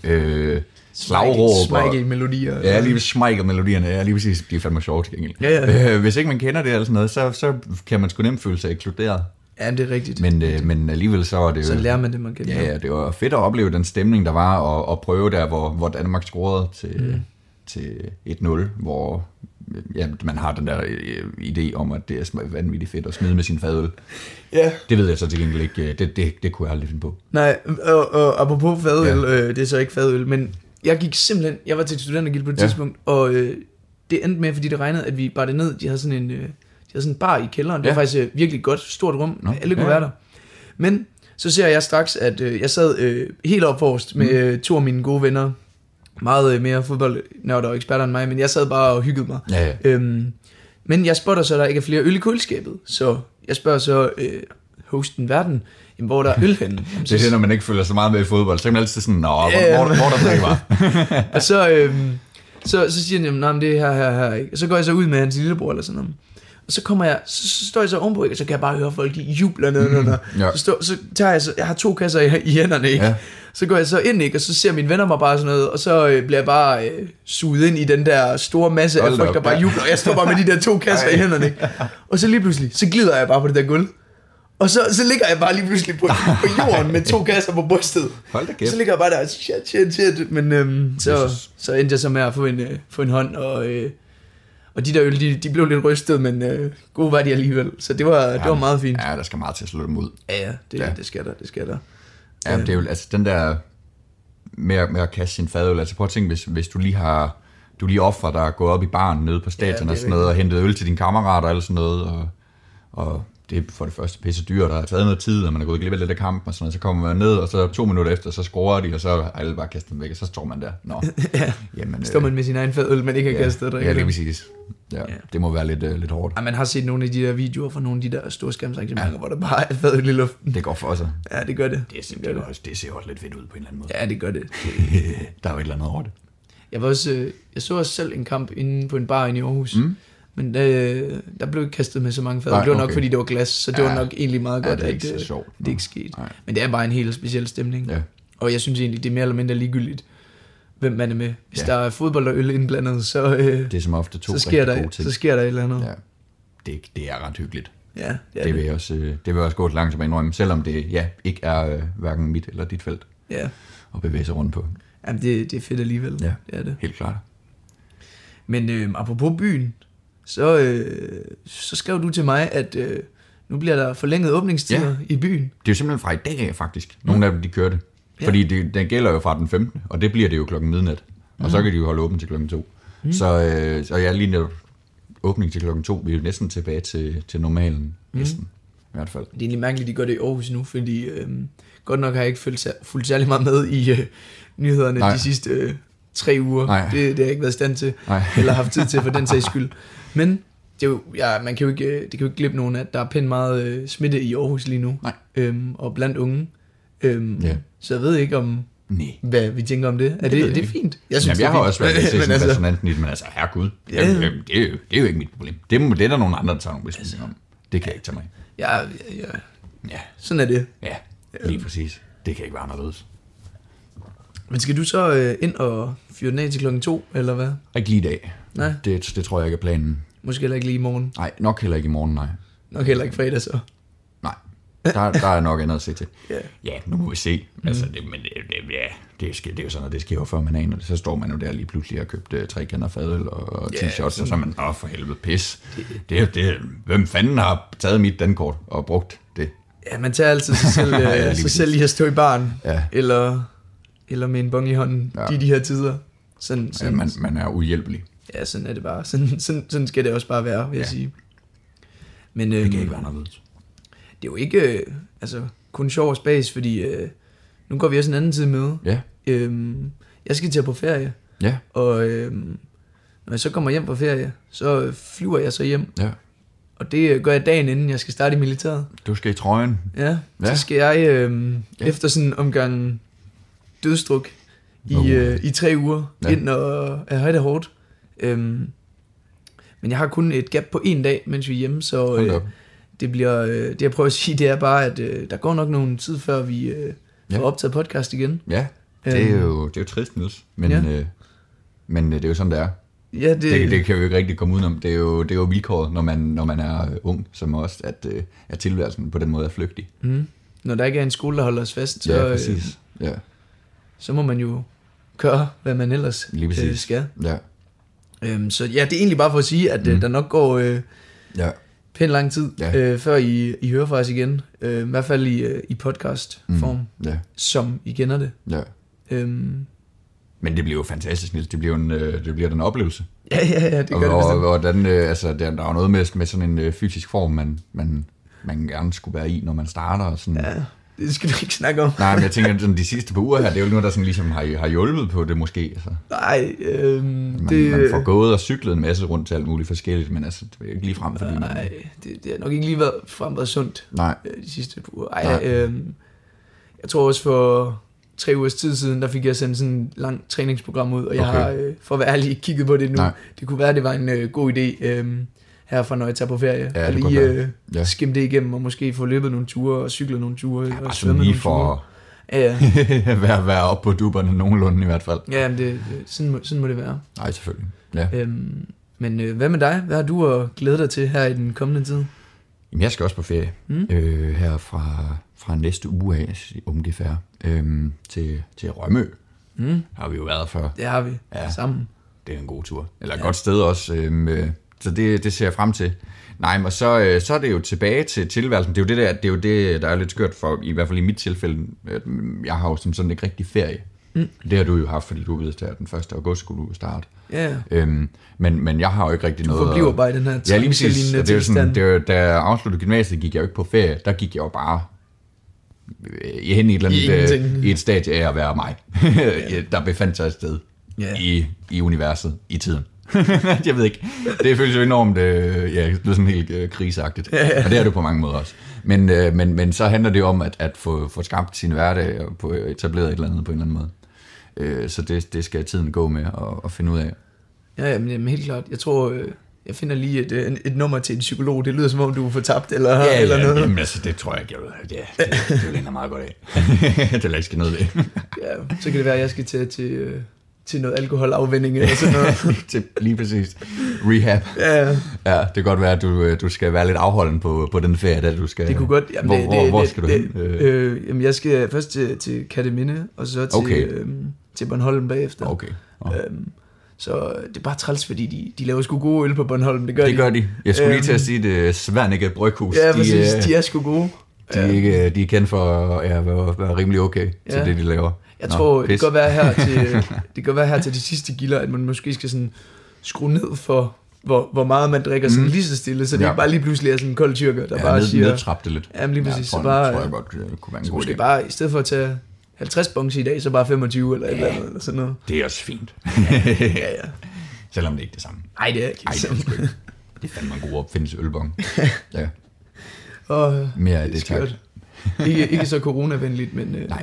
slagråb Schmeichel-melodier. Ja, lige Schmeichel-melodierne, lige præcis, de er fandme sjovt til gengæld. Ja. Hvis ikke man kender det eller sådan noget, så kan man sgu nemt føle sig inkluderet. Ja, det er rigtigt. Men alligevel så er det jo... Så lærer man det, man kan. Ja, det var fedt at opleve den stemning, der var, og prøve der, hvor Danmark scorede til 1-0, hvor man har den der idé om, at det er vanvittigt fedt at smide med sin fadøl. Ja. Det ved jeg så til gengæld ikke. Det kunne jeg aldrig finde på. Nej, og apropos fadøl, det er så ikke fadøl, men jeg var til et studentergilde på et tidspunkt, og det endte med, fordi det regnede, at vi bare det ned, de havde sådan en bar i kælderen. Det var faktisk virkelig godt, stort rum, alle kunne være der. Men så ser jeg straks, at jeg sad helt op forrest med 2 af mine gode venner, meget mere fodboldnørder og eksperter end mig, men jeg sad bare og hyggede mig. Ja. Men jeg spotter så, der ikke er flere øl i køleskabet, så jeg spørger så hosten verden, hvor der er øl henne. Det er det, når man ikke følger så meget med i fodbold, så kan man altid sådan, hvor der drikker var. Og så siger han, nej, det er her, ikke? Og så går jeg så ud med hans lillebror eller sådan noget. Og så kommer jeg, så står jeg så ovenpå, ikke? Og så kan jeg bare høre folk, de jubler ned. Så tager jeg har 2 kasser i hænderne, ikke? Ja. Så går jeg så ind, ikke? Og så ser mine venner mig bare sådan noget, og så bliver jeg bare suget ind i den der store masse af folk, der bare jubler. Og jeg står bare med de der 2 kasser i hænderne, ikke? Og så lige pludselig, så glider jeg bare på det der gulv. Og så ligger jeg bare lige pludselig på jorden med 2 kasser på brystet. Hold da kæft. Så ligger jeg bare der, shit. Men så endte jeg så med at få en hånd, og de der øl, de blev lidt rystet, men gode var de alligevel. Så det var meget fint. Ja, der skal meget til at slå dem ud. Ja, det skal der. Ja, det er jo altså den der med at kaste sin fadøl. Altså prøv at tænke, hvis du lige offrer dig at gå op i baren nede på stadion og sådan noget, og hente øl til dine kammerater eller sådan noget, og det er for det første pisse dyrt, der har taget noget tid, og man er gået glip af lidt af kampen og sådan noget, så kommer man ned, og så 2 minutter efter, så scorer de, og så har alle bare kastet dem væk, og så står man der. Nå. Jamen, står man med sin egen fadøl, man ikke har kastet det. Ja, det er præcis. Ja, det må være lidt hårdt. Ja, man har set nogle af de der videoer fra nogle af de der store skærmsarrangementer, hvor der bare er fadøl i luften. Det går for sig. Ja, det gør det. Det ser også lidt fedt ud på en eller anden måde. Ja, det gør det. Der er jo et eller andet over det. Jeg så også selv en kamp inde på en bar inde i Aarhus. Men der blev ikke kastet med så mange fadøl. Det var nok, fordi det var glas, så det var nok egentlig meget godt, det er ikke sjovt. Det ikke skete. Men det er bare en helt speciel stemning. Ja. Og jeg synes egentlig, det er mere eller mindre ligegyldigt, hvem man er med. Hvis der er fodbold og øl indblandet, så, det er som ofte så sker der et eller andet. Ja. Det er ret hyggeligt. Ja, det vil jeg også gå langt som at indrømme, selvom det ikke er hverken mit eller dit felt at bevæge sig rundt på. Jamen, det er fedt alligevel. Ja, det er det. Helt klart. Men apropos byen, så skrev du til mig, at nu bliver der forlænget åbningstider i byen. Det er jo simpelthen fra i dag faktisk. Nogle af dem, de kører det. Fordi den gælder jo fra den 15. Og det bliver det jo klokken midnat. Og så kan de jo holde åbent til klokken 2. Så jeg er lige netop åbning til klokken 2. Vi er jo næsten tilbage til normalen. Næsten, i hvert fald. Det er egentlig mærkeligt, de gør det i Aarhus nu, fordi godt nok har jeg ikke fulgt særlig meget med i nyhederne de sidste 3 uger. Det har jeg ikke været i stand til, eller haft tid til for den sags skyld. Men det er jo, det kan jo ikke glippe nogen, at der er pænt meget smitte i Aarhus lige nu, og blandt unge. Så jeg ved ikke, hvad vi tænker om det. Det er fint. Jeg synes, jeg har også været til sådan resonanten i det, men altså, herregud, det er jo ikke mit problem. Det er der nogle andre, der tager nogle beslutninger om. Det kan jeg ikke tage mig. Ja, sådan er det. Ja, lige præcis. Det kan ikke være anderledes. Men skal du så ind og fyre den af til 2:00, eller hvad? Ikke lige i dag. Nej. Det tror jeg ikke er planen. Måske heller ikke lige i morgen. Nej, nok heller ikke i morgen, nej. Nok heller ikke fredag så. Nej, der er nok andet at se til. Yeah. Ja, nu må vi se. Altså, det er jo sådan, at det sker jo før man aner det. Så står man jo der lige pludselig og købt 3 kander fadøl og 10 shots, og så er man, for helvede, pis. Hvem fanden har taget mit dankort og brugt det? Ja, man tager altid sig selv lige at stå i baren, eller med en bong i hånden, de her tider. Sådan, man er uhjælpelig. Ja, sådan er det bare. Sådan skal det også bare være, vil jeg sige. Men, det kan ikke være noget. Det er jo ikke kun sjov og spas, fordi nu går vi også en anden tid med. Ja. Jeg skal til på ferie. Ja. Og når jeg så kommer hjem fra ferie, så flyver jeg så hjem. Ja. Og det gør jeg dagen inden jeg skal starte i militæret. Du skal i trøjen. Ja. Så skal jeg efter sådan en omgang dødsdruk i 3 uger ind og have det hårdt. Men jeg har kun et gap på 1 dag, mens vi er hjemme, så det bliver, det jeg prøver at sige, det er bare, at der går nok nogen tid, før vi får optaget podcast igen. Ja, det er jo trist, Niels, men det er jo sådan, det er. Ja, det kan jo ikke rigtig komme udenom. Det er jo vilkåret, når man er ung, som også, at tilværelsen på den måde er flygtig. Når der ikke er en skole, der holder os fast, så må man jo gøre, hvad man ellers skal. Ja. Så ja, det er egentlig bare for at sige, at der nok går pænt lang tid, før I hører fra os igen. I hvert fald i podcast-form, som I kender det. Ja. Men det bliver jo fantastisk, Niels. Det bliver den oplevelse. Ja, det gør det bestemt. Der er jo noget med sådan en fysisk form, man gerne skulle være i, når man starter. Og sådan. Ja, det skal du ikke snakke om. Nej, men jeg tænker, sådan, de sidste par uger her, det er jo noget, der sådan ligesom har hjulpet på det måske. Altså. Nej, man får gået og cyklet en masse rundt til alt muligt forskelligt, men altså, det er ikke lige frem, fordi nej, det har nok ikke lige været sundt de sidste par uger. Jeg tror også for 3 ugers tid siden, der fik jeg sendt sådan en lang træningsprogram ud, og jeg har, for at være ærlig, kigget på det nu. Nej. Det kunne være, det var en god idé herfra, når jeg tager på ferie. Ja, og lige skimme det igennem, og måske få løbet nogle ture, og cyklet nogle ture, og svømmet nogle ture. Være oppe på dupperne nogenlunde i hvert fald. Ja, men sådan må det være. Nej, selvfølgelig. Ja. Men hvad med dig? Hvad har du at glæde dig til her i den kommende tid? Jamen, jeg skal også på ferie. Her fra næste uge af, ungefær, til Rømø. Har vi jo været før. Det har vi, sammen. Det er en god tur. Eller et godt sted også. Så det ser jeg frem til. Nej, men så er det jo tilbage til tilværelsen. Det er jo det, der er lidt skørt for, i hvert fald i mit tilfælde. Jeg har jo som sådan ikke rigtig ferie. Det har du jo haft, fordi du ved, at den 1. august skulle du starte. Men jeg har jo ikke rigtig noget. Du forbliver bare i den her trængselignende tilstand. Da jeg afsluttede gymnasiet, gik jeg jo ikke på ferie. Der gik jeg jo bare hen i et eller andet, i et stadie af at være mig. Der befandt sig et sted i universet, i tiden. Jeg ved ikke. Det føles jo enormt, det er sådan helt kriseagtigt. Og det er det på mange måder også. Men så handler det om at få skabt sin hverdag og få etableret et eller andet på en eller anden måde. Så det skal tiden gå med at finde ud af. Ja, men helt klart. Jeg tror, jeg finder lige et nummer til en psykolog. Det lyder som om du er fortabt eller noget. Jamen, altså, det tror jeg ikke, jeg ved. Det lænder meget godt af. Det lader ikke ske noget af. Ja, så kan det være, at jeg skal til noget alkoholafvinding eller sådan noget. Lige præcis. Rehab. Ja, det kan godt være, at du skal være lidt afholden på den ferie, der du skal. Det kunne godt. Jamen, hvor skal du hen? Jamen, jeg skal først til Katteminde, og så til Bornholm bagefter. Okay. Så det er bare træls, fordi de laver sgu gode øl på Bornholm. Det gør de. Jeg skulle lige til at sige, det Svanike Bryghus. Ja, præcis. De er sgu gode. De er kendt for at være rimelig okay til det, de laver. Jeg tror, det kan godt være her til de sidste gilder, at man måske skal sådan skrue ned for, hvor meget man drikker sådan lige så stille, så det ikke bare lige pludselig er sådan en kold tyrker, der bare siger... Nedtrappe det lidt. Jamen lige præcis. Så bare, tror jeg godt, det kunne være en god idé. Bare, i stedet for at tage 50 bongs i dag, så bare 25 eller et eller andet, eller sådan noget. Det er også fint. Ja. Selvom det ikke er det samme. Nej, det er ikke det samme. Det er fandme en god opfindelse, ølbong. Og mere af det, tak. ikke så coronavenligt, men... Nej.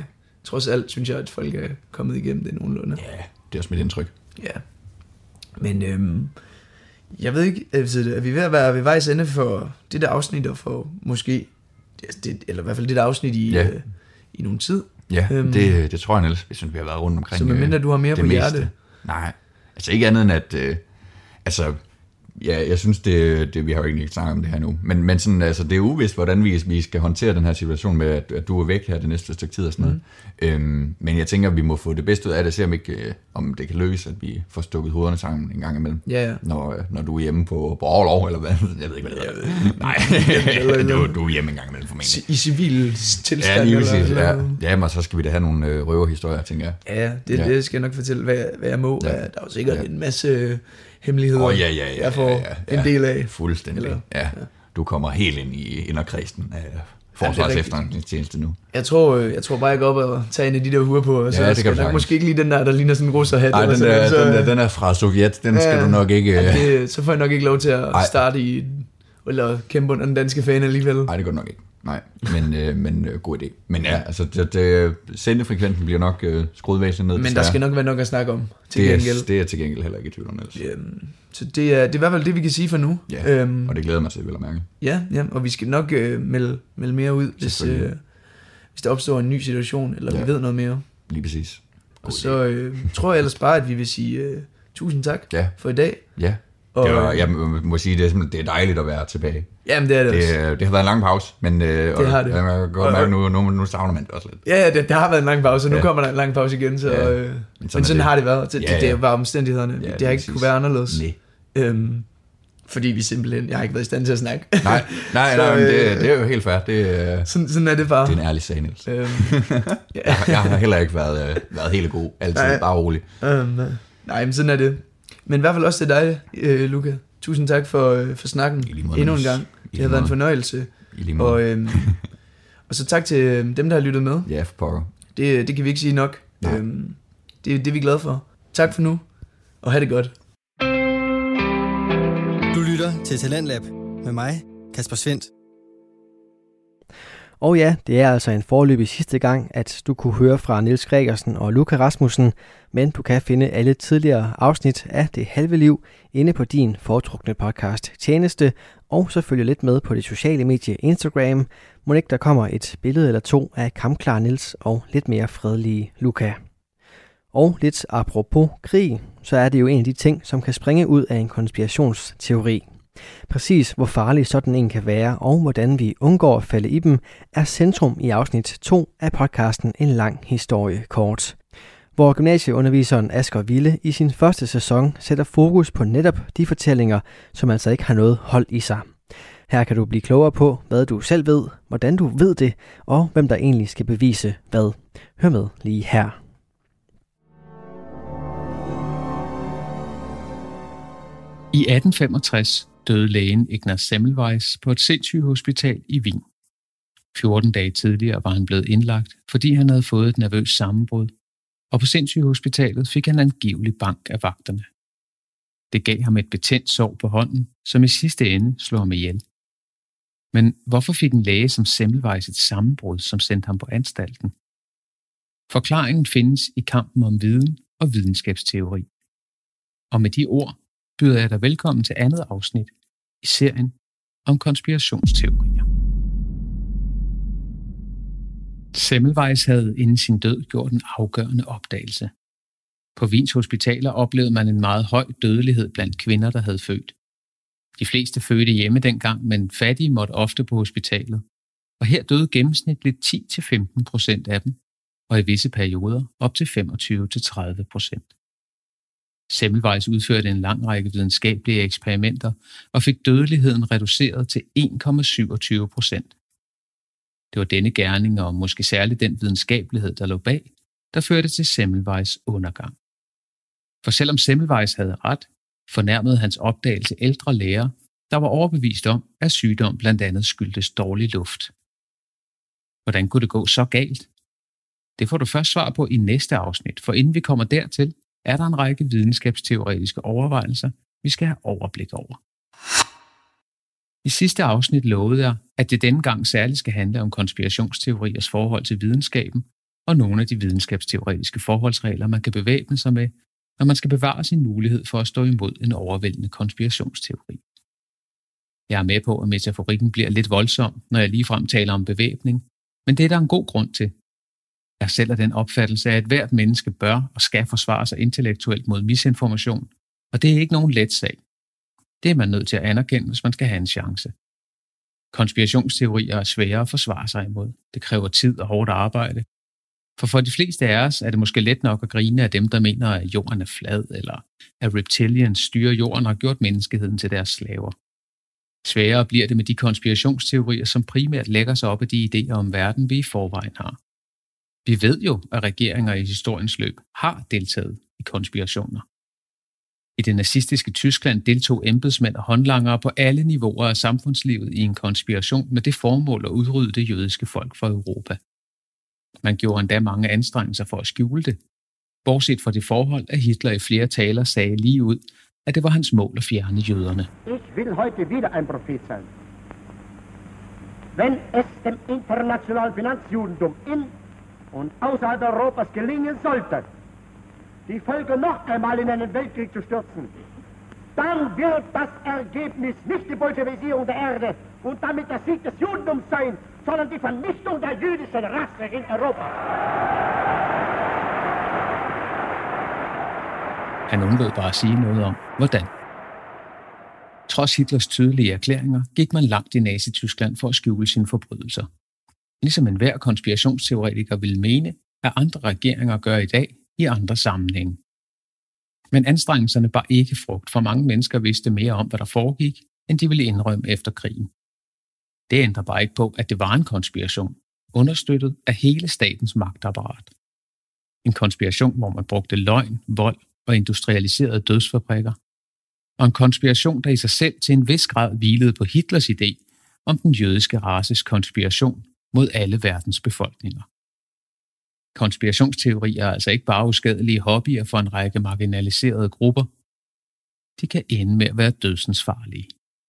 trods alt synes jeg, at folk er kommet igennem det nogenlunde. Ja, det er også mit indtryk. Ja. Men jeg ved ikke, er vi ved at være ved vejs ende for det der afsnit, og for måske, eller i hvert fald det der afsnit i nogen tid. Ja, det tror jeg, Niels. Jeg synes, vi har været rundt omkring. Så medmindre du har mere på hjerte. Nej, altså ikke andet end at, ja, jeg synes, det vi har jo ikke snakket om det her nu, men sådan, altså, det er uvist, hvordan vi skal håndtere den her situation med, at du er væk her det næste stykke tid og sådan noget. Men jeg tænker, at vi må få det bedste ud af det, se om det kan løse, at vi får stukket hovederne sammen en gang imellem, når du er hjemme på overlov, eller hvad, jeg ved ikke, hvad det hedder. Nej, du er hjemme en gang imellem formentlig. I civil tilstand. Ja, lige præcis, ja, men så skal vi da have nogle røverhistorier, tænker jeg. Ja, det skal jeg nok fortælle, hvad jeg må. Ja. Der er jo sikkert en masse hemmeligheder, jeg får en del af. Fuldstændig, ja. Du kommer helt ind i inderkredsen af Forsvars efterretningstjeneste nu. Jeg tror bare, jeg går op og tager en af de der huer på, og så det skal nok måske ikke lige den der ligner sådan en russerhat. Nej, den er fra Sovjet, den skal du nok ikke... så får jeg nok ikke lov til at starte eller kæmpe under den danske fan alligevel. Nej, det går nok ikke. Nej, men god idé. Men ja, altså sendefrekvensen bliver nok skruet væsentligt ned. Men der skal nok være nok at snakke om til gengæld. Det er til gengæld heller ikke i tvivl om. Så det er i hvert fald det, vi kan sige for nu. Ja, og det glæder mig til, vil jeg mærke. Ja, og vi skal nok melde mere ud, hvis der opstår en ny situation, eller vi ved noget mere. Lige præcis. Og så tror jeg ellers bare, at vi vil sige tusind tak for i dag. Ja. Jeg må sige, det er dejligt at være tilbage. Jamen, det er det også. Det har været en lang pause, men det har det. Jeg kan godt mærke, nu savner man det også lidt. Ja, det har været en lang pause, og nu kommer der en lang pause igen. Så, men sådan har det været. Det er bare omstændighederne. Det har ikke kunne være anderledes. Fordi vi simpelthen, jeg har ikke været i stand til at snakke. Nej, men det er jo helt fair. Sådan er det bare. Det er en ærlig sag, Niels. Jeg har heller ikke været helt god, altid bare rolig. Nej, men sådan er det. Men i hvert fald også til dig, Luca. Tusind tak for snakken endnu en gang. Det har været en fornøjelse. Og så tak til dem, der har lyttet med. Ja, for pokker. Det kan vi ikke sige nok. Det er vi glade for. Tak for nu, og have det godt. Du lytter til Talentlab med mig, Kasper Svendt. Og ja, det er altså en foreløbig sidste gang, at du kunne høre fra Niels Gregersen og Luca Rasmussen, men du kan finde alle tidligere afsnit af Det Halve Liv inde på din foretrukne podcast tjeneste, og så følge lidt med på det sociale medie Instagram. Må ikke der kommer et billede eller to af kampklar Niels og lidt mere fredelige Luca. Og lidt apropos krig, så er det jo en af de ting, som kan springe ud af en konspirationsteori. Præcis hvor farlig sådan en kan være, og hvordan vi undgår at falde i dem, er centrum i afsnit 2 af podcasten En Lang Historie Kort. Hvor gymnasieunderviseren Asger Ville i sin første sæson sætter fokus på netop de fortællinger, som altså ikke har noget hold i sig. Her kan du blive klogere på, hvad du selv ved, hvordan du ved det, og hvem der egentlig skal bevise hvad. Hør med lige her. I 1865 døde lægen Ignaz Semmelweis på et sindssygehospital i Wien. 14 dage tidligere var han blevet indlagt, fordi han havde fået et nervøst sammenbrud, og på sindssygehospitalet fik han angiveligt bank af vagterne. Det gav ham et betændt sår på hånden, som i sidste ende slog ham ihjel. Men hvorfor fik en læge som Semmelweis et sammenbrud, som sendte ham på anstalten? Forklaringen findes i kampen om viden og videnskabsteori. Og med de ord byder jeg dig velkommen til andet afsnit i serien om konspirationsteorier. Semmelweis havde inden sin død gjort en afgørende opdagelse. På Wiens hospitaler oplevede man en meget høj dødelighed blandt kvinder, der havde født. De fleste fødte hjemme dengang, men fattige måtte ofte på hospitalet. Og her døde gennemsnitligt 10-15% af dem, og i visse perioder op til 25-30%. Semmelweis udførte en lang række videnskabelige eksperimenter og fik dødeligheden reduceret til 1,27%. Det var denne gerning og måske særligt den videnskabelighed, der lå bag, der førte til Semmelweis undergang. For selvom Semmelweis havde ret, fornærmede hans opdagelse ældre læger, der var overbevist om, at sygdom blandt andet skyldtes dårlig luft. Hvordan kunne det gå så galt? Det får du først svar på i næste afsnit, for inden vi kommer dertil, er der en række videnskabsteoretiske overvejelser, vi skal have overblik over. I sidste afsnit lovede jeg, at det denne gang særligt skal handle om konspirationsteoriers forhold til videnskaben, og nogle af de videnskabsteoretiske forholdsregler, man kan bevæbne sig med, når man skal bevare sin mulighed for at stå imod en overvældende konspirationsteori. Jeg er med på, at metaforikken bliver lidt voldsom, når jeg ligefrem taler om bevæbning, men det er der en god grund til. Jeg selv er den opfattelse af, at hvert menneske bør og skal forsvare sig intellektuelt mod misinformation, og det er ikke nogen let sag. Det er man nødt til at anerkende, hvis man skal have en chance. Konspirationsteorier er svære at forsvare sig imod. Det kræver tid og hårdt arbejde. For de fleste af os er det måske let nok at grine af dem, der mener, at jorden er flad, eller at reptilians styrer jorden og har gjort menneskeheden til deres slaver. Sværere bliver det med de konspirationsteorier, som primært lægger sig op af de idéer om verden, vi i forvejen har. Vi ved jo, at regeringer i historiens løb har deltaget i konspirationer. I det nazistiske Tyskland deltog embedsmænd og håndlangere på alle niveauer af samfundslivet i en konspiration med det formål at udrydde det jødiske folk fra Europa. Man gjorde endda mange anstrengelser for at skjule det, bortset fra det forhold, at Hitler i flere taler sagde lige ud, at det var hans mål at fjerne jøderne. Ich will heute wieder ein Prophet sein. Wenn es dem internationalen Finanzjudentum in und außerhalb Europas gelingen sollte, die Völker noch einmal in einen Weltkrieg zu stürzen, dann wird das Ergebnis nicht die Bolschewisierung der Erde und damit der Sieg des Judentums sein, sondern die Vernichtung der jüdischen Rasse in Europa. Han undlod bare at sige noget om, hvordan. Trods Hitlers tydelige erklæringer gik man langt i Nazi-Tyskland for at skjule sine forbrydelser. Ligesom enhver konspirationsteoretiker ville mene, at andre regeringer gør i dag i andre sammenhænge. Men anstrengelserne bar ikke frugt, for mange mennesker vidste mere om, hvad der foregik, end de ville indrømme efter krigen. Det ændrer bare ikke på, at det var en konspiration, understøttet af hele statens magtapparat. En konspiration, hvor man brugte løgn, vold og industrialiserede dødsfabrikker. Og en konspiration, der i sig selv til en vis grad hvilede på Hitlers idé om den jødiske races konspiration mod alle verdens befolkninger. Konspirationsteorier er altså ikke bare uskadelige hobbyer for en række marginaliserede grupper. De kan ende med at være dødsensfarlige.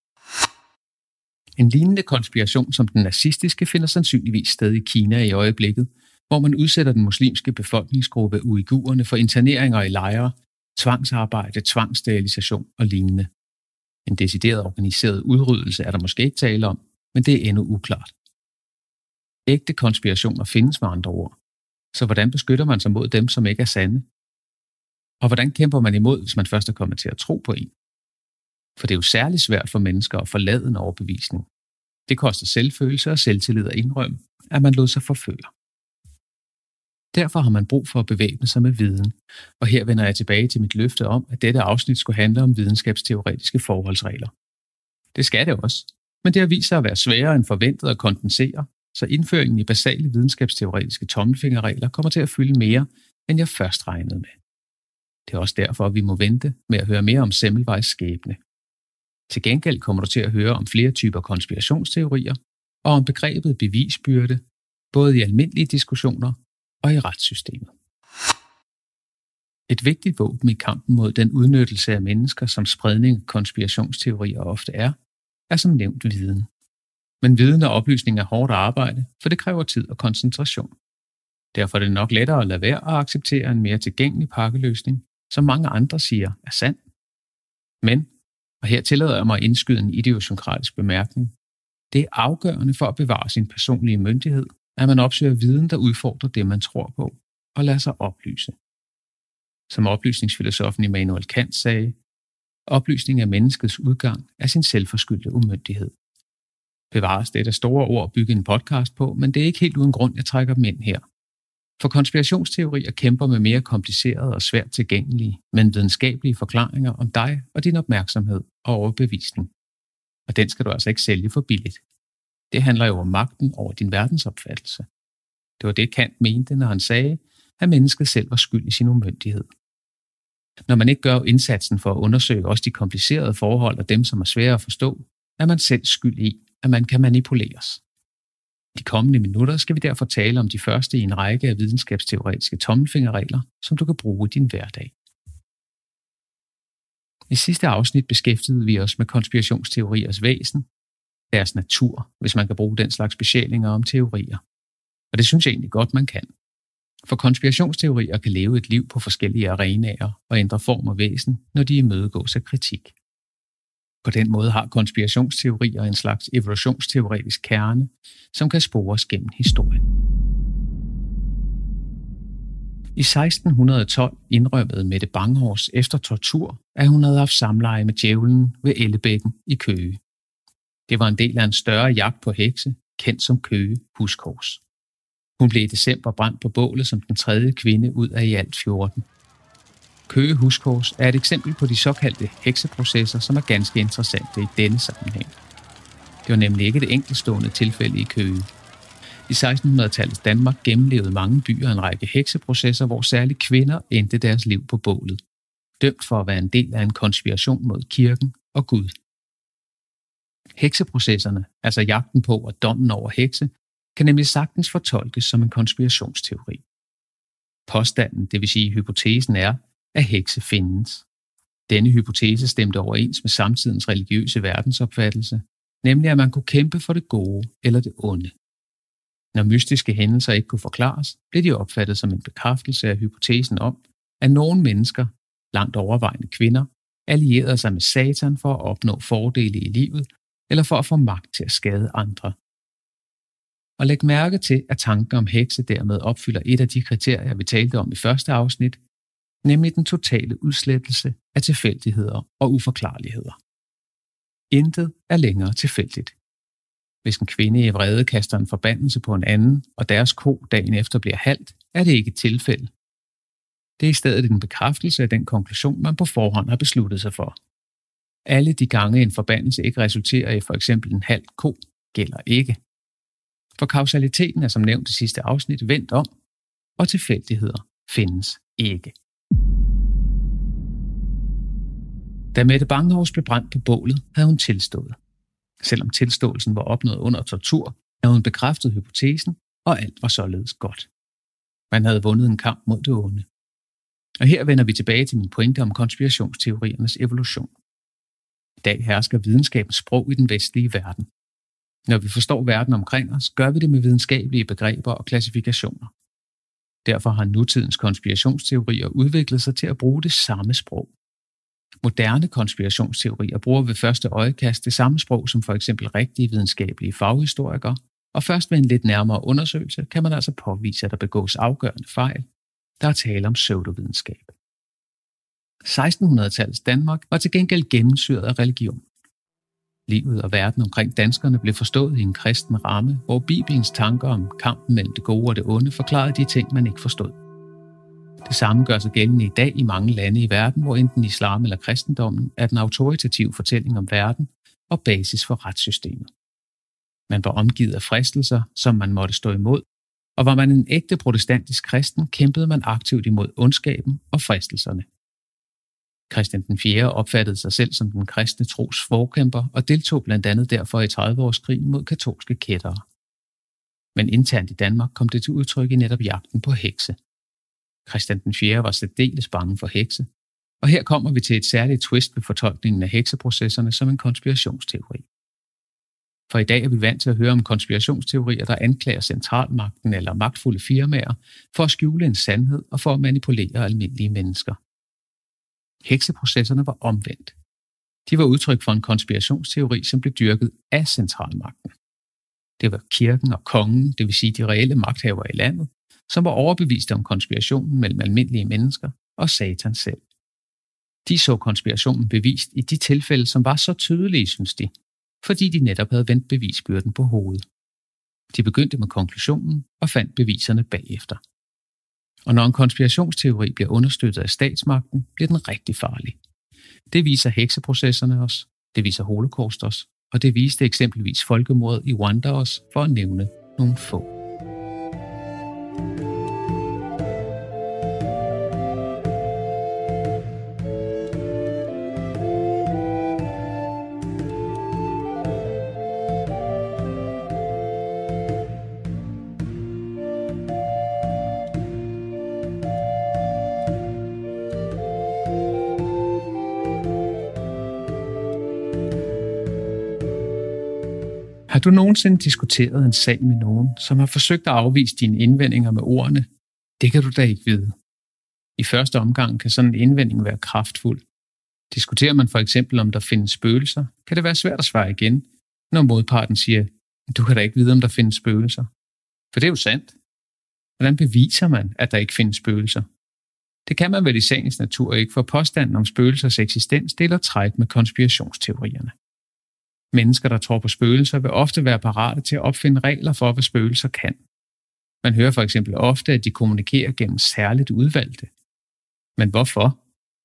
En lignende konspiration som den nazistiske finder sandsynligvis sted i Kina i øjeblikket, hvor man udsætter den muslimske befolkningsgruppe uigurerne for interneringer i lejre, tvangsarbejde, tvangssterilisation og lignende. En decideret organiseret udryddelse er der måske ikke tale om, men det er endnu uklart. Ægte konspirationer findes med andre ord. Så hvordan beskytter man sig mod dem, som ikke er sande? Og hvordan kæmper man imod, hvis man først er kommet til at tro på en? For det er jo særligt svært for mennesker at forlade en overbevisning. Det koster selvfølelse og selvtillid at indrømme, at man lod sig forføre. Derfor har man brug for at bevæbne sig med viden, og her vender jeg tilbage til mit løfte om, at dette afsnit skulle handle om videnskabsteoretiske forholdsregler. Det skal det også, men det har vist sig at være sværere end forventet at kondensere, så indføringen i basale videnskabsteoretiske tommelfingerregler kommer til at fylde mere, end jeg først regnede med. Det er også derfor, at vi må vente med at høre mere om Semmelweis skæbne. Til gengæld kommer du til at høre om flere typer konspirationsteorier og om begrebet bevisbyrde, både i almindelige diskussioner og i retssystemet. Et vigtigt våben i kampen mod den udnyttelse af mennesker, som spredning af konspirationsteorier ofte er som nævnt viden. Men viden og oplysning er hårdt arbejde, for det kræver tid og koncentration. Derfor er det nok lettere at lade være at acceptere en mere tilgængelig pakkeløsning, som mange andre siger er sand. Men, og her tillader jeg mig at indskyde en idiosynkratisk bemærkning, det er afgørende for at bevare sin personlige myndighed, at man opsøger viden, der udfordrer det, man tror på, og lader sig oplyse. Som oplysningsfilosofen Immanuel Kant sagde, oplysning af menneskets udgang er sin selvforskyldte umyndighed. Bevares det er store ord at bygge en podcast på, men det er ikke helt uden grund, jeg trækker dem ind her. For konspirationsteorier kæmper med mere komplicerede og svært tilgængelige, men videnskabelige forklaringer om dig og din opmærksomhed og overbevisning. Og den skal du altså ikke sælge for billigt. Det handler jo om magten over din verdensopfattelse. Det var det, Kant mente, når han sagde, at mennesket selv var skyld i sin umyndighed. Når man ikke gør indsatsen for at undersøge også de komplicerede forhold og dem, som er svære at forstå, er man selv skyld i, at man kan manipuleres. I de kommende minutter skal vi derfor tale om de første i en række af videnskabsteoretiske tommelfingerregler, som du kan bruge i din hverdag. I sidste afsnit beskæftigede vi os med konspirationsteoriers væsen, deres natur, hvis man kan bruge den slags besjælinger om teorier. Og det synes jeg egentlig godt, man kan. For konspirationsteorier kan leve et liv på forskellige arenaer og ændre form og væsen, når de imødegås af kritik. På den måde har konspirationsteorier en slags evolutionsteoretisk kerne, som kan spores gennem historien. I 1612 indrømmede Mette Banghorst efter tortur, at hun havde haft samleje med djævlen ved Ellebækken i Køge. Det var en del af en større jagt på hekse, kendt som Køge Huskors. Hun blev i december brændt på bålet som den 3. kvinde ud af i alt 14. Køge Huskors er et eksempel på de såkaldte hekseprocesser, som er ganske interessante i denne sammenhæng. Det var nemlig ikke et enkeltstående tilfælde i Køge. I 1600-tallets Danmark gennemlevede mange byer en række hekseprocesser, hvor særligt kvinder endte deres liv på bålet, dømt for at være en del af en konspiration mod kirken og Gud. Hekseprocesserne, altså jagten på og dommen over hekse, kan nemlig sagtens fortolkes som en konspirationsteori. Påstanden, det vil sige hypotesen, er, at hekse findes. Denne hypotese stemte overens med samtidens religiøse verdensopfattelse, nemlig at man kunne kæmpe for det gode eller det onde. Når mystiske hændelser ikke kunne forklares, blev de opfattet som en bekræftelse af hypotesen om, at nogle mennesker, langt overvejende kvinder, allierede sig med Satan for at opnå fordele i livet eller for at få magt til at skade andre. Og læg mærke til, at tanken om hekse dermed opfylder et af de kriterier, vi talte om i første afsnit, nemlig den totale udslettelse af tilfældigheder og uforklarligheder. Intet er længere tilfældigt. Hvis en kvinde i vrede kaster en forbandelse på en anden, og deres ko dagen efter bliver halt, er det ikke et tilfælde. Det er i stedet en bekræftelse af den konklusion, man på forhånd har besluttet sig for. Alle de gange en forbandelse ikke resulterer i for eksempel en halt ko, gælder ikke. For kausaliteten er som nævnt i sidste afsnit vendt om, og tilfældigheder findes ikke. Da Mette Banghorst blev brændt på bålet, havde hun tilstået. Selvom tilståelsen var opnået under tortur, havde hun bekræftet hypotesen, og alt var således godt. Man havde vundet en kamp mod det onde. Og her vender vi tilbage til min pointe om konspirationsteoriernes evolution. I dag hersker videnskabens sprog i den vestlige verden. Når vi forstår verden omkring os, gør vi det med videnskabelige begreber og klassifikationer. Derfor har nutidens konspirationsteorier udviklet sig til at bruge det samme sprog. Moderne konspirationsteorier bruger ved første øjekast det samme sprog som for eksempel rigtige videnskabelige faghistorikere, og først ved en lidt nærmere undersøgelse kan man altså påvise, at der begås afgørende fejl. Der er tale om pseudovidenskab. 1600-tallets Danmark var til gengæld gennemsyret af religion. Livet og verden omkring danskerne blev forstået i en kristen ramme, hvor Bibelens tanker om kampen mellem det gode og det onde forklarede de ting, man ikke forstod. Det samme gør sig gældende i dag i mange lande i verden, hvor enten islam eller kristendommen er den autoritative fortælling om verden og basis for retssystemet. Man var omgivet af fristelser, som man måtte stå imod, og var man en ægte protestantisk kristen, kæmpede man aktivt imod ondskaben og fristelserne. Christian den 4. opfattede sig selv som den kristne tros forkæmper og deltog blandt andet derfor i 30-årskrigen mod katolske kættere. Men internt i Danmark kom det til udtryk i netop jagten på hekse. Christian den 4. var særdeles bange for hekse, og her kommer vi til et særligt twist ved fortolkningen af hekseprocesserne som en konspirationsteori. For i dag er vi vant til at høre om konspirationsteorier, der anklager centralmagten eller magtfulde firmaer for at skjule en sandhed og for at manipulere almindelige mennesker. Hekseprocesserne var omvendt. De var udtryk for en konspirationsteori, som blev dyrket af centralmagten. Det var kirken og kongen, det vil sige de reelle magthavere i landet, som var overbeviste om konspirationen mellem almindelige mennesker og Satan selv. De så konspirationen bevist i de tilfælde, som var så tydelige, synes de, fordi de netop havde vendt bevisbyrden på hovedet. De begyndte med konklusionen og fandt beviserne bagefter. Og når en konspirationsteori bliver understøttet af statsmagten, bliver den rigtig farlig. Det viser hekseprocesserne os, det viser Holocaust os, og det viste eksempelvis folkemordet i Rwanda os, for at nævne nogle få. Har du nogensinde diskuteret en sag med nogen, som har forsøgt at afvise dine indvendinger med ordene, Det kan du da ikke vide. I første omgang kan sådan en indvending være kraftfuld. Diskuterer man for eksempel, om der findes spøgelser, kan det være svært at svare igen, når modparten siger, du kan da ikke vide, om der findes spøgelser. For det er jo sandt. Hvordan beviser man, at der ikke findes spøgelser? Det kan man vel i sagens natur ikke, for påstanden om spøgelsers eksistens deler træk med konspirationsteorierne. Mennesker, der tror på spøgelser, vil ofte være parate til at opfinde regler for, hvad spøgelser kan. Man hører for eksempel ofte, at de kommunikerer gennem særligt udvalgte. Men hvorfor?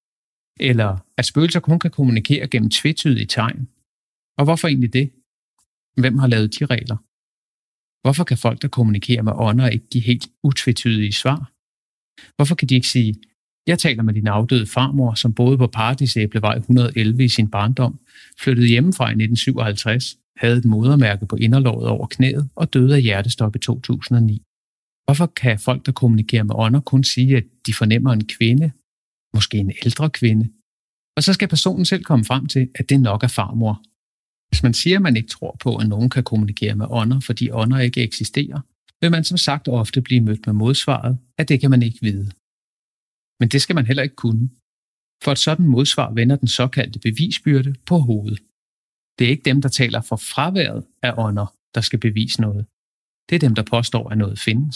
Eller at spøgelser kun kan kommunikere gennem tvetydige tegn. Og hvorfor egentlig det? Hvem har lavet de regler? Hvorfor kan folk, der kommunikerer med ånder, ikke give helt utvetydige svar? Hvorfor kan de ikke sige, jeg taler med din afdøde farmor, som boede på Paradisæblevej 111 i sin barndom, flyttede hjemmefra i 1957, havde et modermærke på inderlåret over knæet og døde af hjertestop i 2009. Hvorfor kan folk, der kommunikerer med ånder, kun sige, at de fornemmer en kvinde, måske en ældre kvinde, og så skal personen selv komme frem til, at det nok er farmor? Hvis man siger, at man ikke tror på, at nogen kan kommunikere med ånder, fordi ånder ikke eksisterer, vil man som sagt ofte blive mødt med modsvaret, at det kan man ikke vide. Men det skal man heller ikke kunne. For et sådan modsvar vender den såkaldte bevisbyrde på hovedet. Det er ikke dem, der taler for fraværet af ånder, der skal bevise noget. Det er dem, der påstår, at noget findes.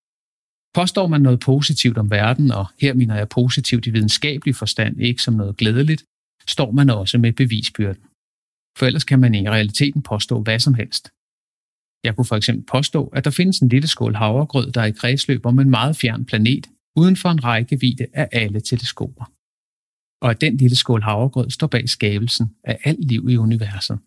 Påstår man noget positivt om verden, og her mener jeg positivt i videnskabelig forstand, ikke som noget glædeligt, står man også med bevisbyrden. For ellers kan man i realiteten påstå hvad som helst. Jeg kunne for eksempel påstå, at der findes en lille skål havregrød, der er i kredsløb om en meget fjern planet, uden for en rækkevidde af alle teleskoper. Og at den lille skål havregrød står bag skabelsen af alt liv i universet.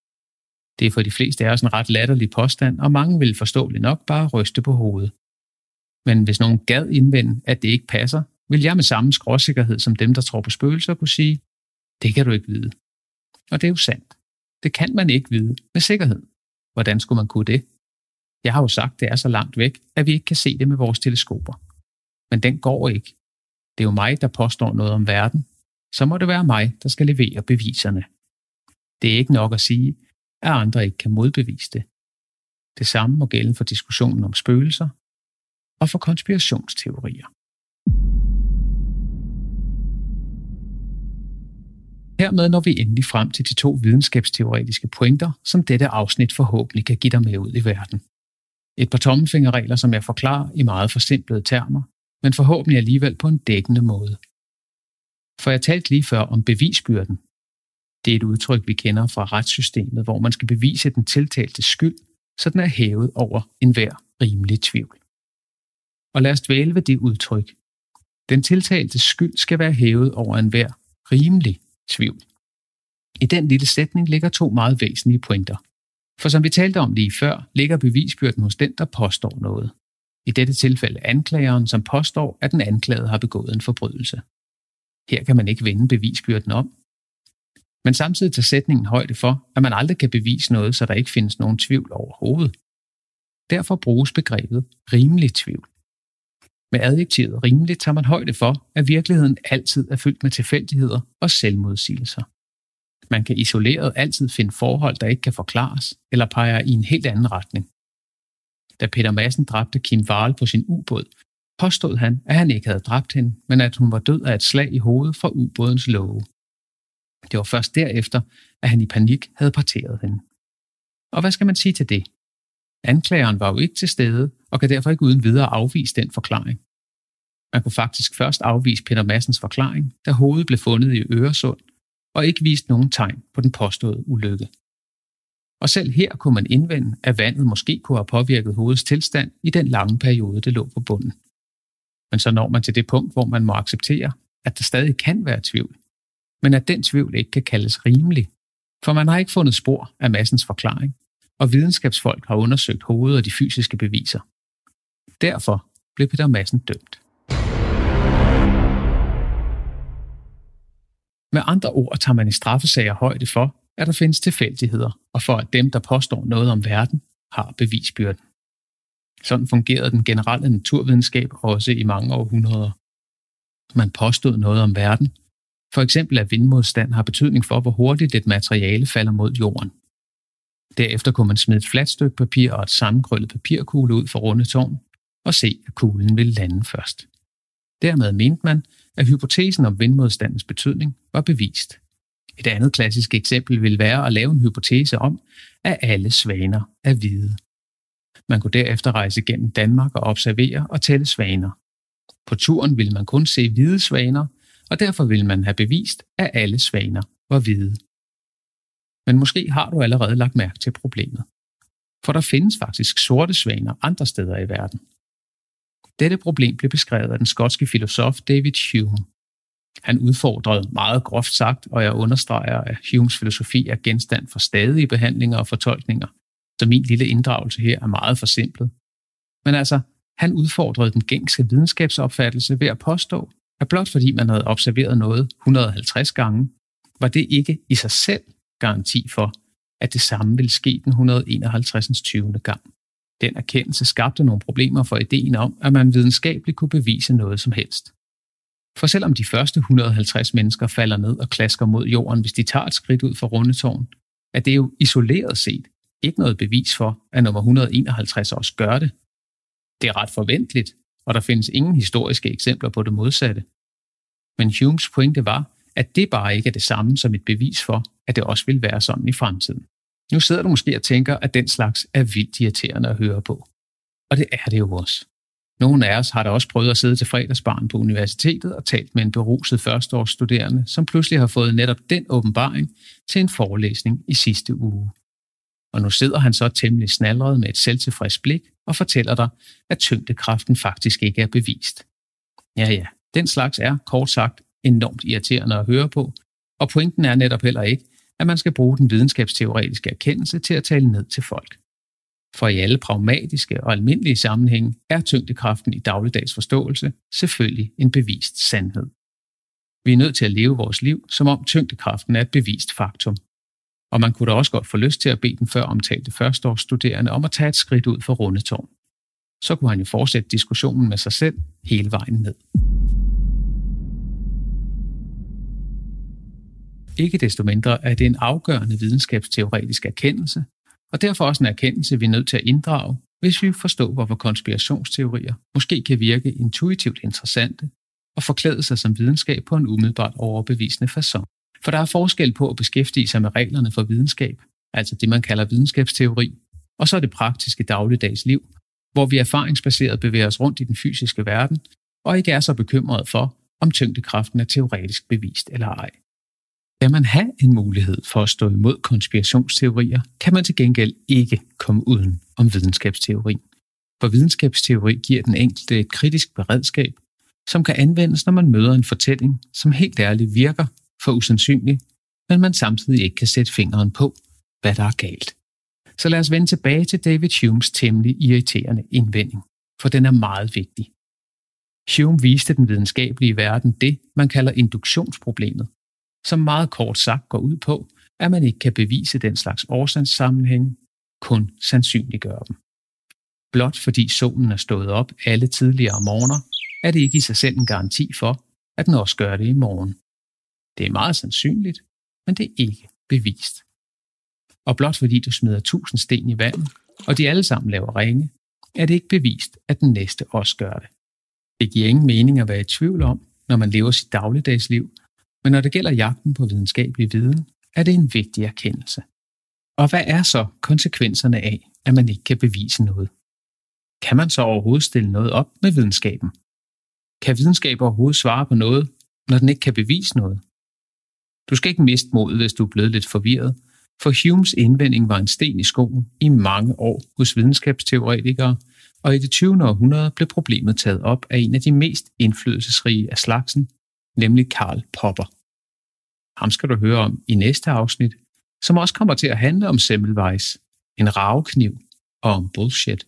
Det er for de fleste af os en ret latterlig påstand, og mange vil forståeligt nok bare ryste på hovedet. Men hvis nogen gad indvende, at det ikke passer, vil jeg med samme skråsikkerhed som dem, der tror på spøgelser, kunne sige, det kan du ikke vide. Og det er jo sandt. Det kan man ikke vide med sikkerhed. Hvordan skulle man kunne det? Jeg har jo sagt, det er så langt væk, at vi ikke kan se det med vores teleskoper. Men den går ikke. Det er jo mig, der påstår noget om verden. Så må det være mig, der skal levere beviserne. Det er ikke nok at sige, at andre ikke kan modbevise det. Det samme må gælde for diskussionen om spøgelser og for konspirationsteorier. Hermed når vi endelig frem til de 2 videnskabsteoretiske pointer, som dette afsnit forhåbentlig kan give dig med ud i verden. Et par tommelfingerregler, som jeg forklarer i meget forsimplede termer, men forhåbentlig alligevel på en dækkende måde. For jeg talte lige før om bevisbyrden. Det er et udtryk, vi kender fra retssystemet, hvor man skal bevise den tiltalte skyld, så den er hævet over enhver rimelig tvivl. Og lad os dvæle ved det udtryk. Den tiltalte skyld skal være hævet over enhver rimelig tvivl. I den lille sætning ligger 2 meget væsentlige pointer. For som vi talte om lige før, ligger bevisbyrden hos den, der påstår noget. I dette tilfælde anklageren, som påstår, at den anklagede har begået en forbrydelse. Her kan man ikke vende bevisbyrden om. Men samtidig tager sætningen højde for, at man aldrig kan bevise noget, så der ikke findes nogen tvivl overhovedet. Derfor bruges begrebet rimelig tvivl. Med adjektivet rimelig tager man højde for, at virkeligheden altid er fyldt med tilfældigheder og selvmodsigelser. Man kan isoleret altid finde forhold, der ikke kan forklares, eller peger i en helt anden retning. Da Peter Madsen dræbte Kim Wall på sin ubåd, påstod han, at han ikke havde dræbt hende, men at hun var død af et slag i hovedet fra ubådens låge. Det var først derefter, at han i panik havde parteret hende. Og hvad skal man sige til det? Anklageren var jo ikke til stede, og kan derfor ikke uden videre afvise den forklaring. Man kunne faktisk først afvise Peter Madsens forklaring, da hovedet blev fundet i Øresund, og ikke viste nogen tegn på den påståede ulykke. Og selv her kunne man indvende, at vandet måske kunne have påvirket hovedets tilstand i den lange periode, det lå på bunden. Men så når man til det punkt, hvor man må acceptere, at der stadig kan være tvivl, men at den tvivl ikke kan kaldes rimelig, for man har ikke fundet spor af Madsens forklaring, og videnskabsfolk har undersøgt hovedet og de fysiske beviser. Derfor blev Peter Madsen dømt. Med andre ord tager man i straffesager højde for, at der findes tilfældigheder, og for at dem, der påstår noget om verden, har bevisbyrden. Sådan fungerede den generelle naturvidenskab også i mange århundreder. Man påstod noget om verden, for eksempel at vindmodstand har betydning for, hvor hurtigt et materiale falder mod jorden. Derefter kunne man smide et fladt stykke papir og et sammenkrøllet papirkugle ud for runde tårn, og se, at kuglen ville lande først. Dermed mente man, at hypotesen om vindmodstandens betydning var bevist. Et andet klassisk eksempel ville være at lave en hypotese om, at alle svaner er hvide. Man kunne derefter rejse gennem Danmark og observere og tælle svaner. På turen ville man kun se hvide svaner, og derfor ville man have bevist, at alle svaner var hvide. Men måske har du allerede lagt mærke til problemet. For der findes faktisk sorte svaner andre steder i verden. Dette problem blev beskrevet af den skotske filosof David Hume. Han udfordrede meget groft sagt, og jeg understreger, at Humes filosofi er genstand for stadige behandlinger og fortolkninger, så min lille inddragelse her er meget forsimplet. Men altså, han udfordrede den gængse videnskabsopfattelse ved at påstå, at blot fordi man havde observeret noget 150 gange, var det ikke i sig selv garanti for, at det samme ville ske den 151. 20. gang. Den erkendelse skabte nogle problemer for ideen om, at man videnskabeligt kunne bevise noget som helst. For selvom de første 150 mennesker falder ned og klasker mod jorden, hvis de tager et skridt ud fra Rundetårn, er det jo isoleret set ikke noget bevis for, at nummer 151 også gør det. Det er ret forventeligt, og der findes ingen historiske eksempler på det modsatte. Men Humes pointe var, at det bare ikke er det samme som et bevis for, at det også vil være sådan i fremtiden. Nu sidder du måske og tænker, at den slags er vildt irriterende at høre på. Og det er det jo også. Nogle af os har da også prøvet at sidde til fredagsbaren på universitetet og talt med en beruset førsteårsstuderende, som pludselig har fået netop den åbenbaring til en forelæsning i sidste uge. Og nu sidder han så temmelig snalret med et selvtilfreds blik og fortæller dig, at tyngdekraften faktisk ikke er bevist. Ja, den slags er, kort sagt, enormt irriterende at høre på, og pointen er netop heller ikke, at man skal bruge den videnskabsteoretiske erkendelse til at tale ned til folk. For i alle pragmatiske og almindelige sammenhænge er tyngdekraften i dagligdags forståelse selvfølgelig en bevist sandhed. Vi er nødt til at leve vores liv, som om tyngdekraften er et bevist faktum. Og man kunne da også godt få lyst til at bede den før omtalte førsteårsstuderende om at tage et skridt ud for Rundetårn. Så kunne han jo fortsætte diskussionen med sig selv hele vejen ned. Ikke desto mindre er det en afgørende videnskabsteoretisk erkendelse, og derfor også en erkendelse, vi er nødt til at inddrage, hvis vi forstår, hvorfor konspirationsteorier måske kan virke intuitivt interessante og forklæde sig som videnskab på en umiddelbart overbevisende facon. For der er forskel på at beskæftige sig med reglerne for videnskab, altså det man kalder videnskabsteori, og så er det praktiske dagligdags liv, hvor vi erfaringsbaseret bevæger os rundt i den fysiske verden, og ikke er så bekymret for, om tyngdekraften er teoretisk bevist eller ej. Kan man have en mulighed for at stå imod konspirationsteorier, kan man til gengæld ikke komme uden om videnskabsteori. For videnskabsteori giver den enkelte et kritisk beredskab, som kan anvendes, når man møder en fortælling, som helt ærligt virker for usandsynlig, men man samtidig ikke kan sætte fingeren på, hvad der er galt. Så lad os vende tilbage til David Humes temmelig irriterende indvending, for den er meget vigtig. Hume viste den videnskabelige verden det, man kalder induktionsproblemet, som meget kort sagt går ud på, at man ikke kan bevise den slags årsagssammenhænge, kun sandsynliggøre dem. Blot fordi solen er stået op alle tidligere morgener, er det ikke i sig selv en garanti for, at den også gør det i morgen. Det er meget sandsynligt, men det er ikke bevist. Og blot fordi du smider 1000 sten i vandet, og de alle sammen laver ringe, er det ikke bevist, at den næste også gør det. Det giver ingen mening at være i tvivl om, når man lever sit dagligdagsliv, men når det gælder jagten på videnskabelig viden, er det en vigtig erkendelse. Og hvad er så konsekvenserne af, at man ikke kan bevise noget? Kan man så overhovedet stille noget op med videnskaben? Kan videnskab overhovedet svare på noget, når den ikke kan bevise noget? Du skal ikke miste modet, hvis du er blevet lidt forvirret, for Humes indvending var en sten i skoen i mange år hos videnskabsteoretikere, og i det 20. århundrede blev problemet taget op af en af de mest indflydelsesrige af slagsen, nemlig Karl Popper. Ham skal du høre om i næste afsnit, som også kommer til at handle om Semmelweis, en ravekniv og om bullshit.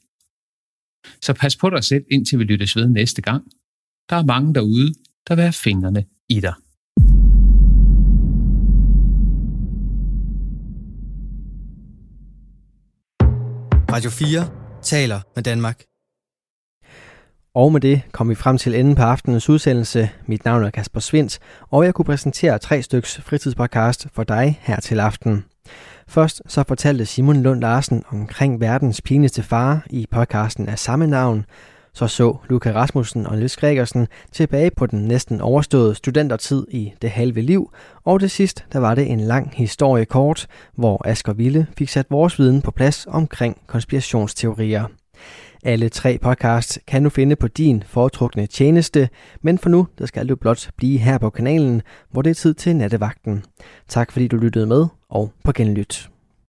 Så pas på dig selv, indtil vi lyttes ved næste gang. Der er mange derude, der vil have fingrene i dig. Radio 4 taler med Danmark. Og med det kom vi frem til enden på aftenens udsendelse. Mit navn er Kasper Svindt, og jeg kunne præsentere 3 styks fritidspodcast for dig her til aften. Først så fortalte Simon Lund Larsen omkring verdens pinligste fare i podcasten af samme navn. så Luca Rasmussen og Niels Gregersen tilbage på den næsten overståede studentertid i Det halve liv, og det sidst, der var det en lang historie kort, hvor Asger Ville fik sat vores viden på plads omkring konspirationsteorier. Alle 3 podcasts kan du finde på din foretrukne tjeneste, men for nu, der skal du blot blive her på kanalen, hvor det er tid til nattevagten. Tak fordi du lyttede med, og på genlyt.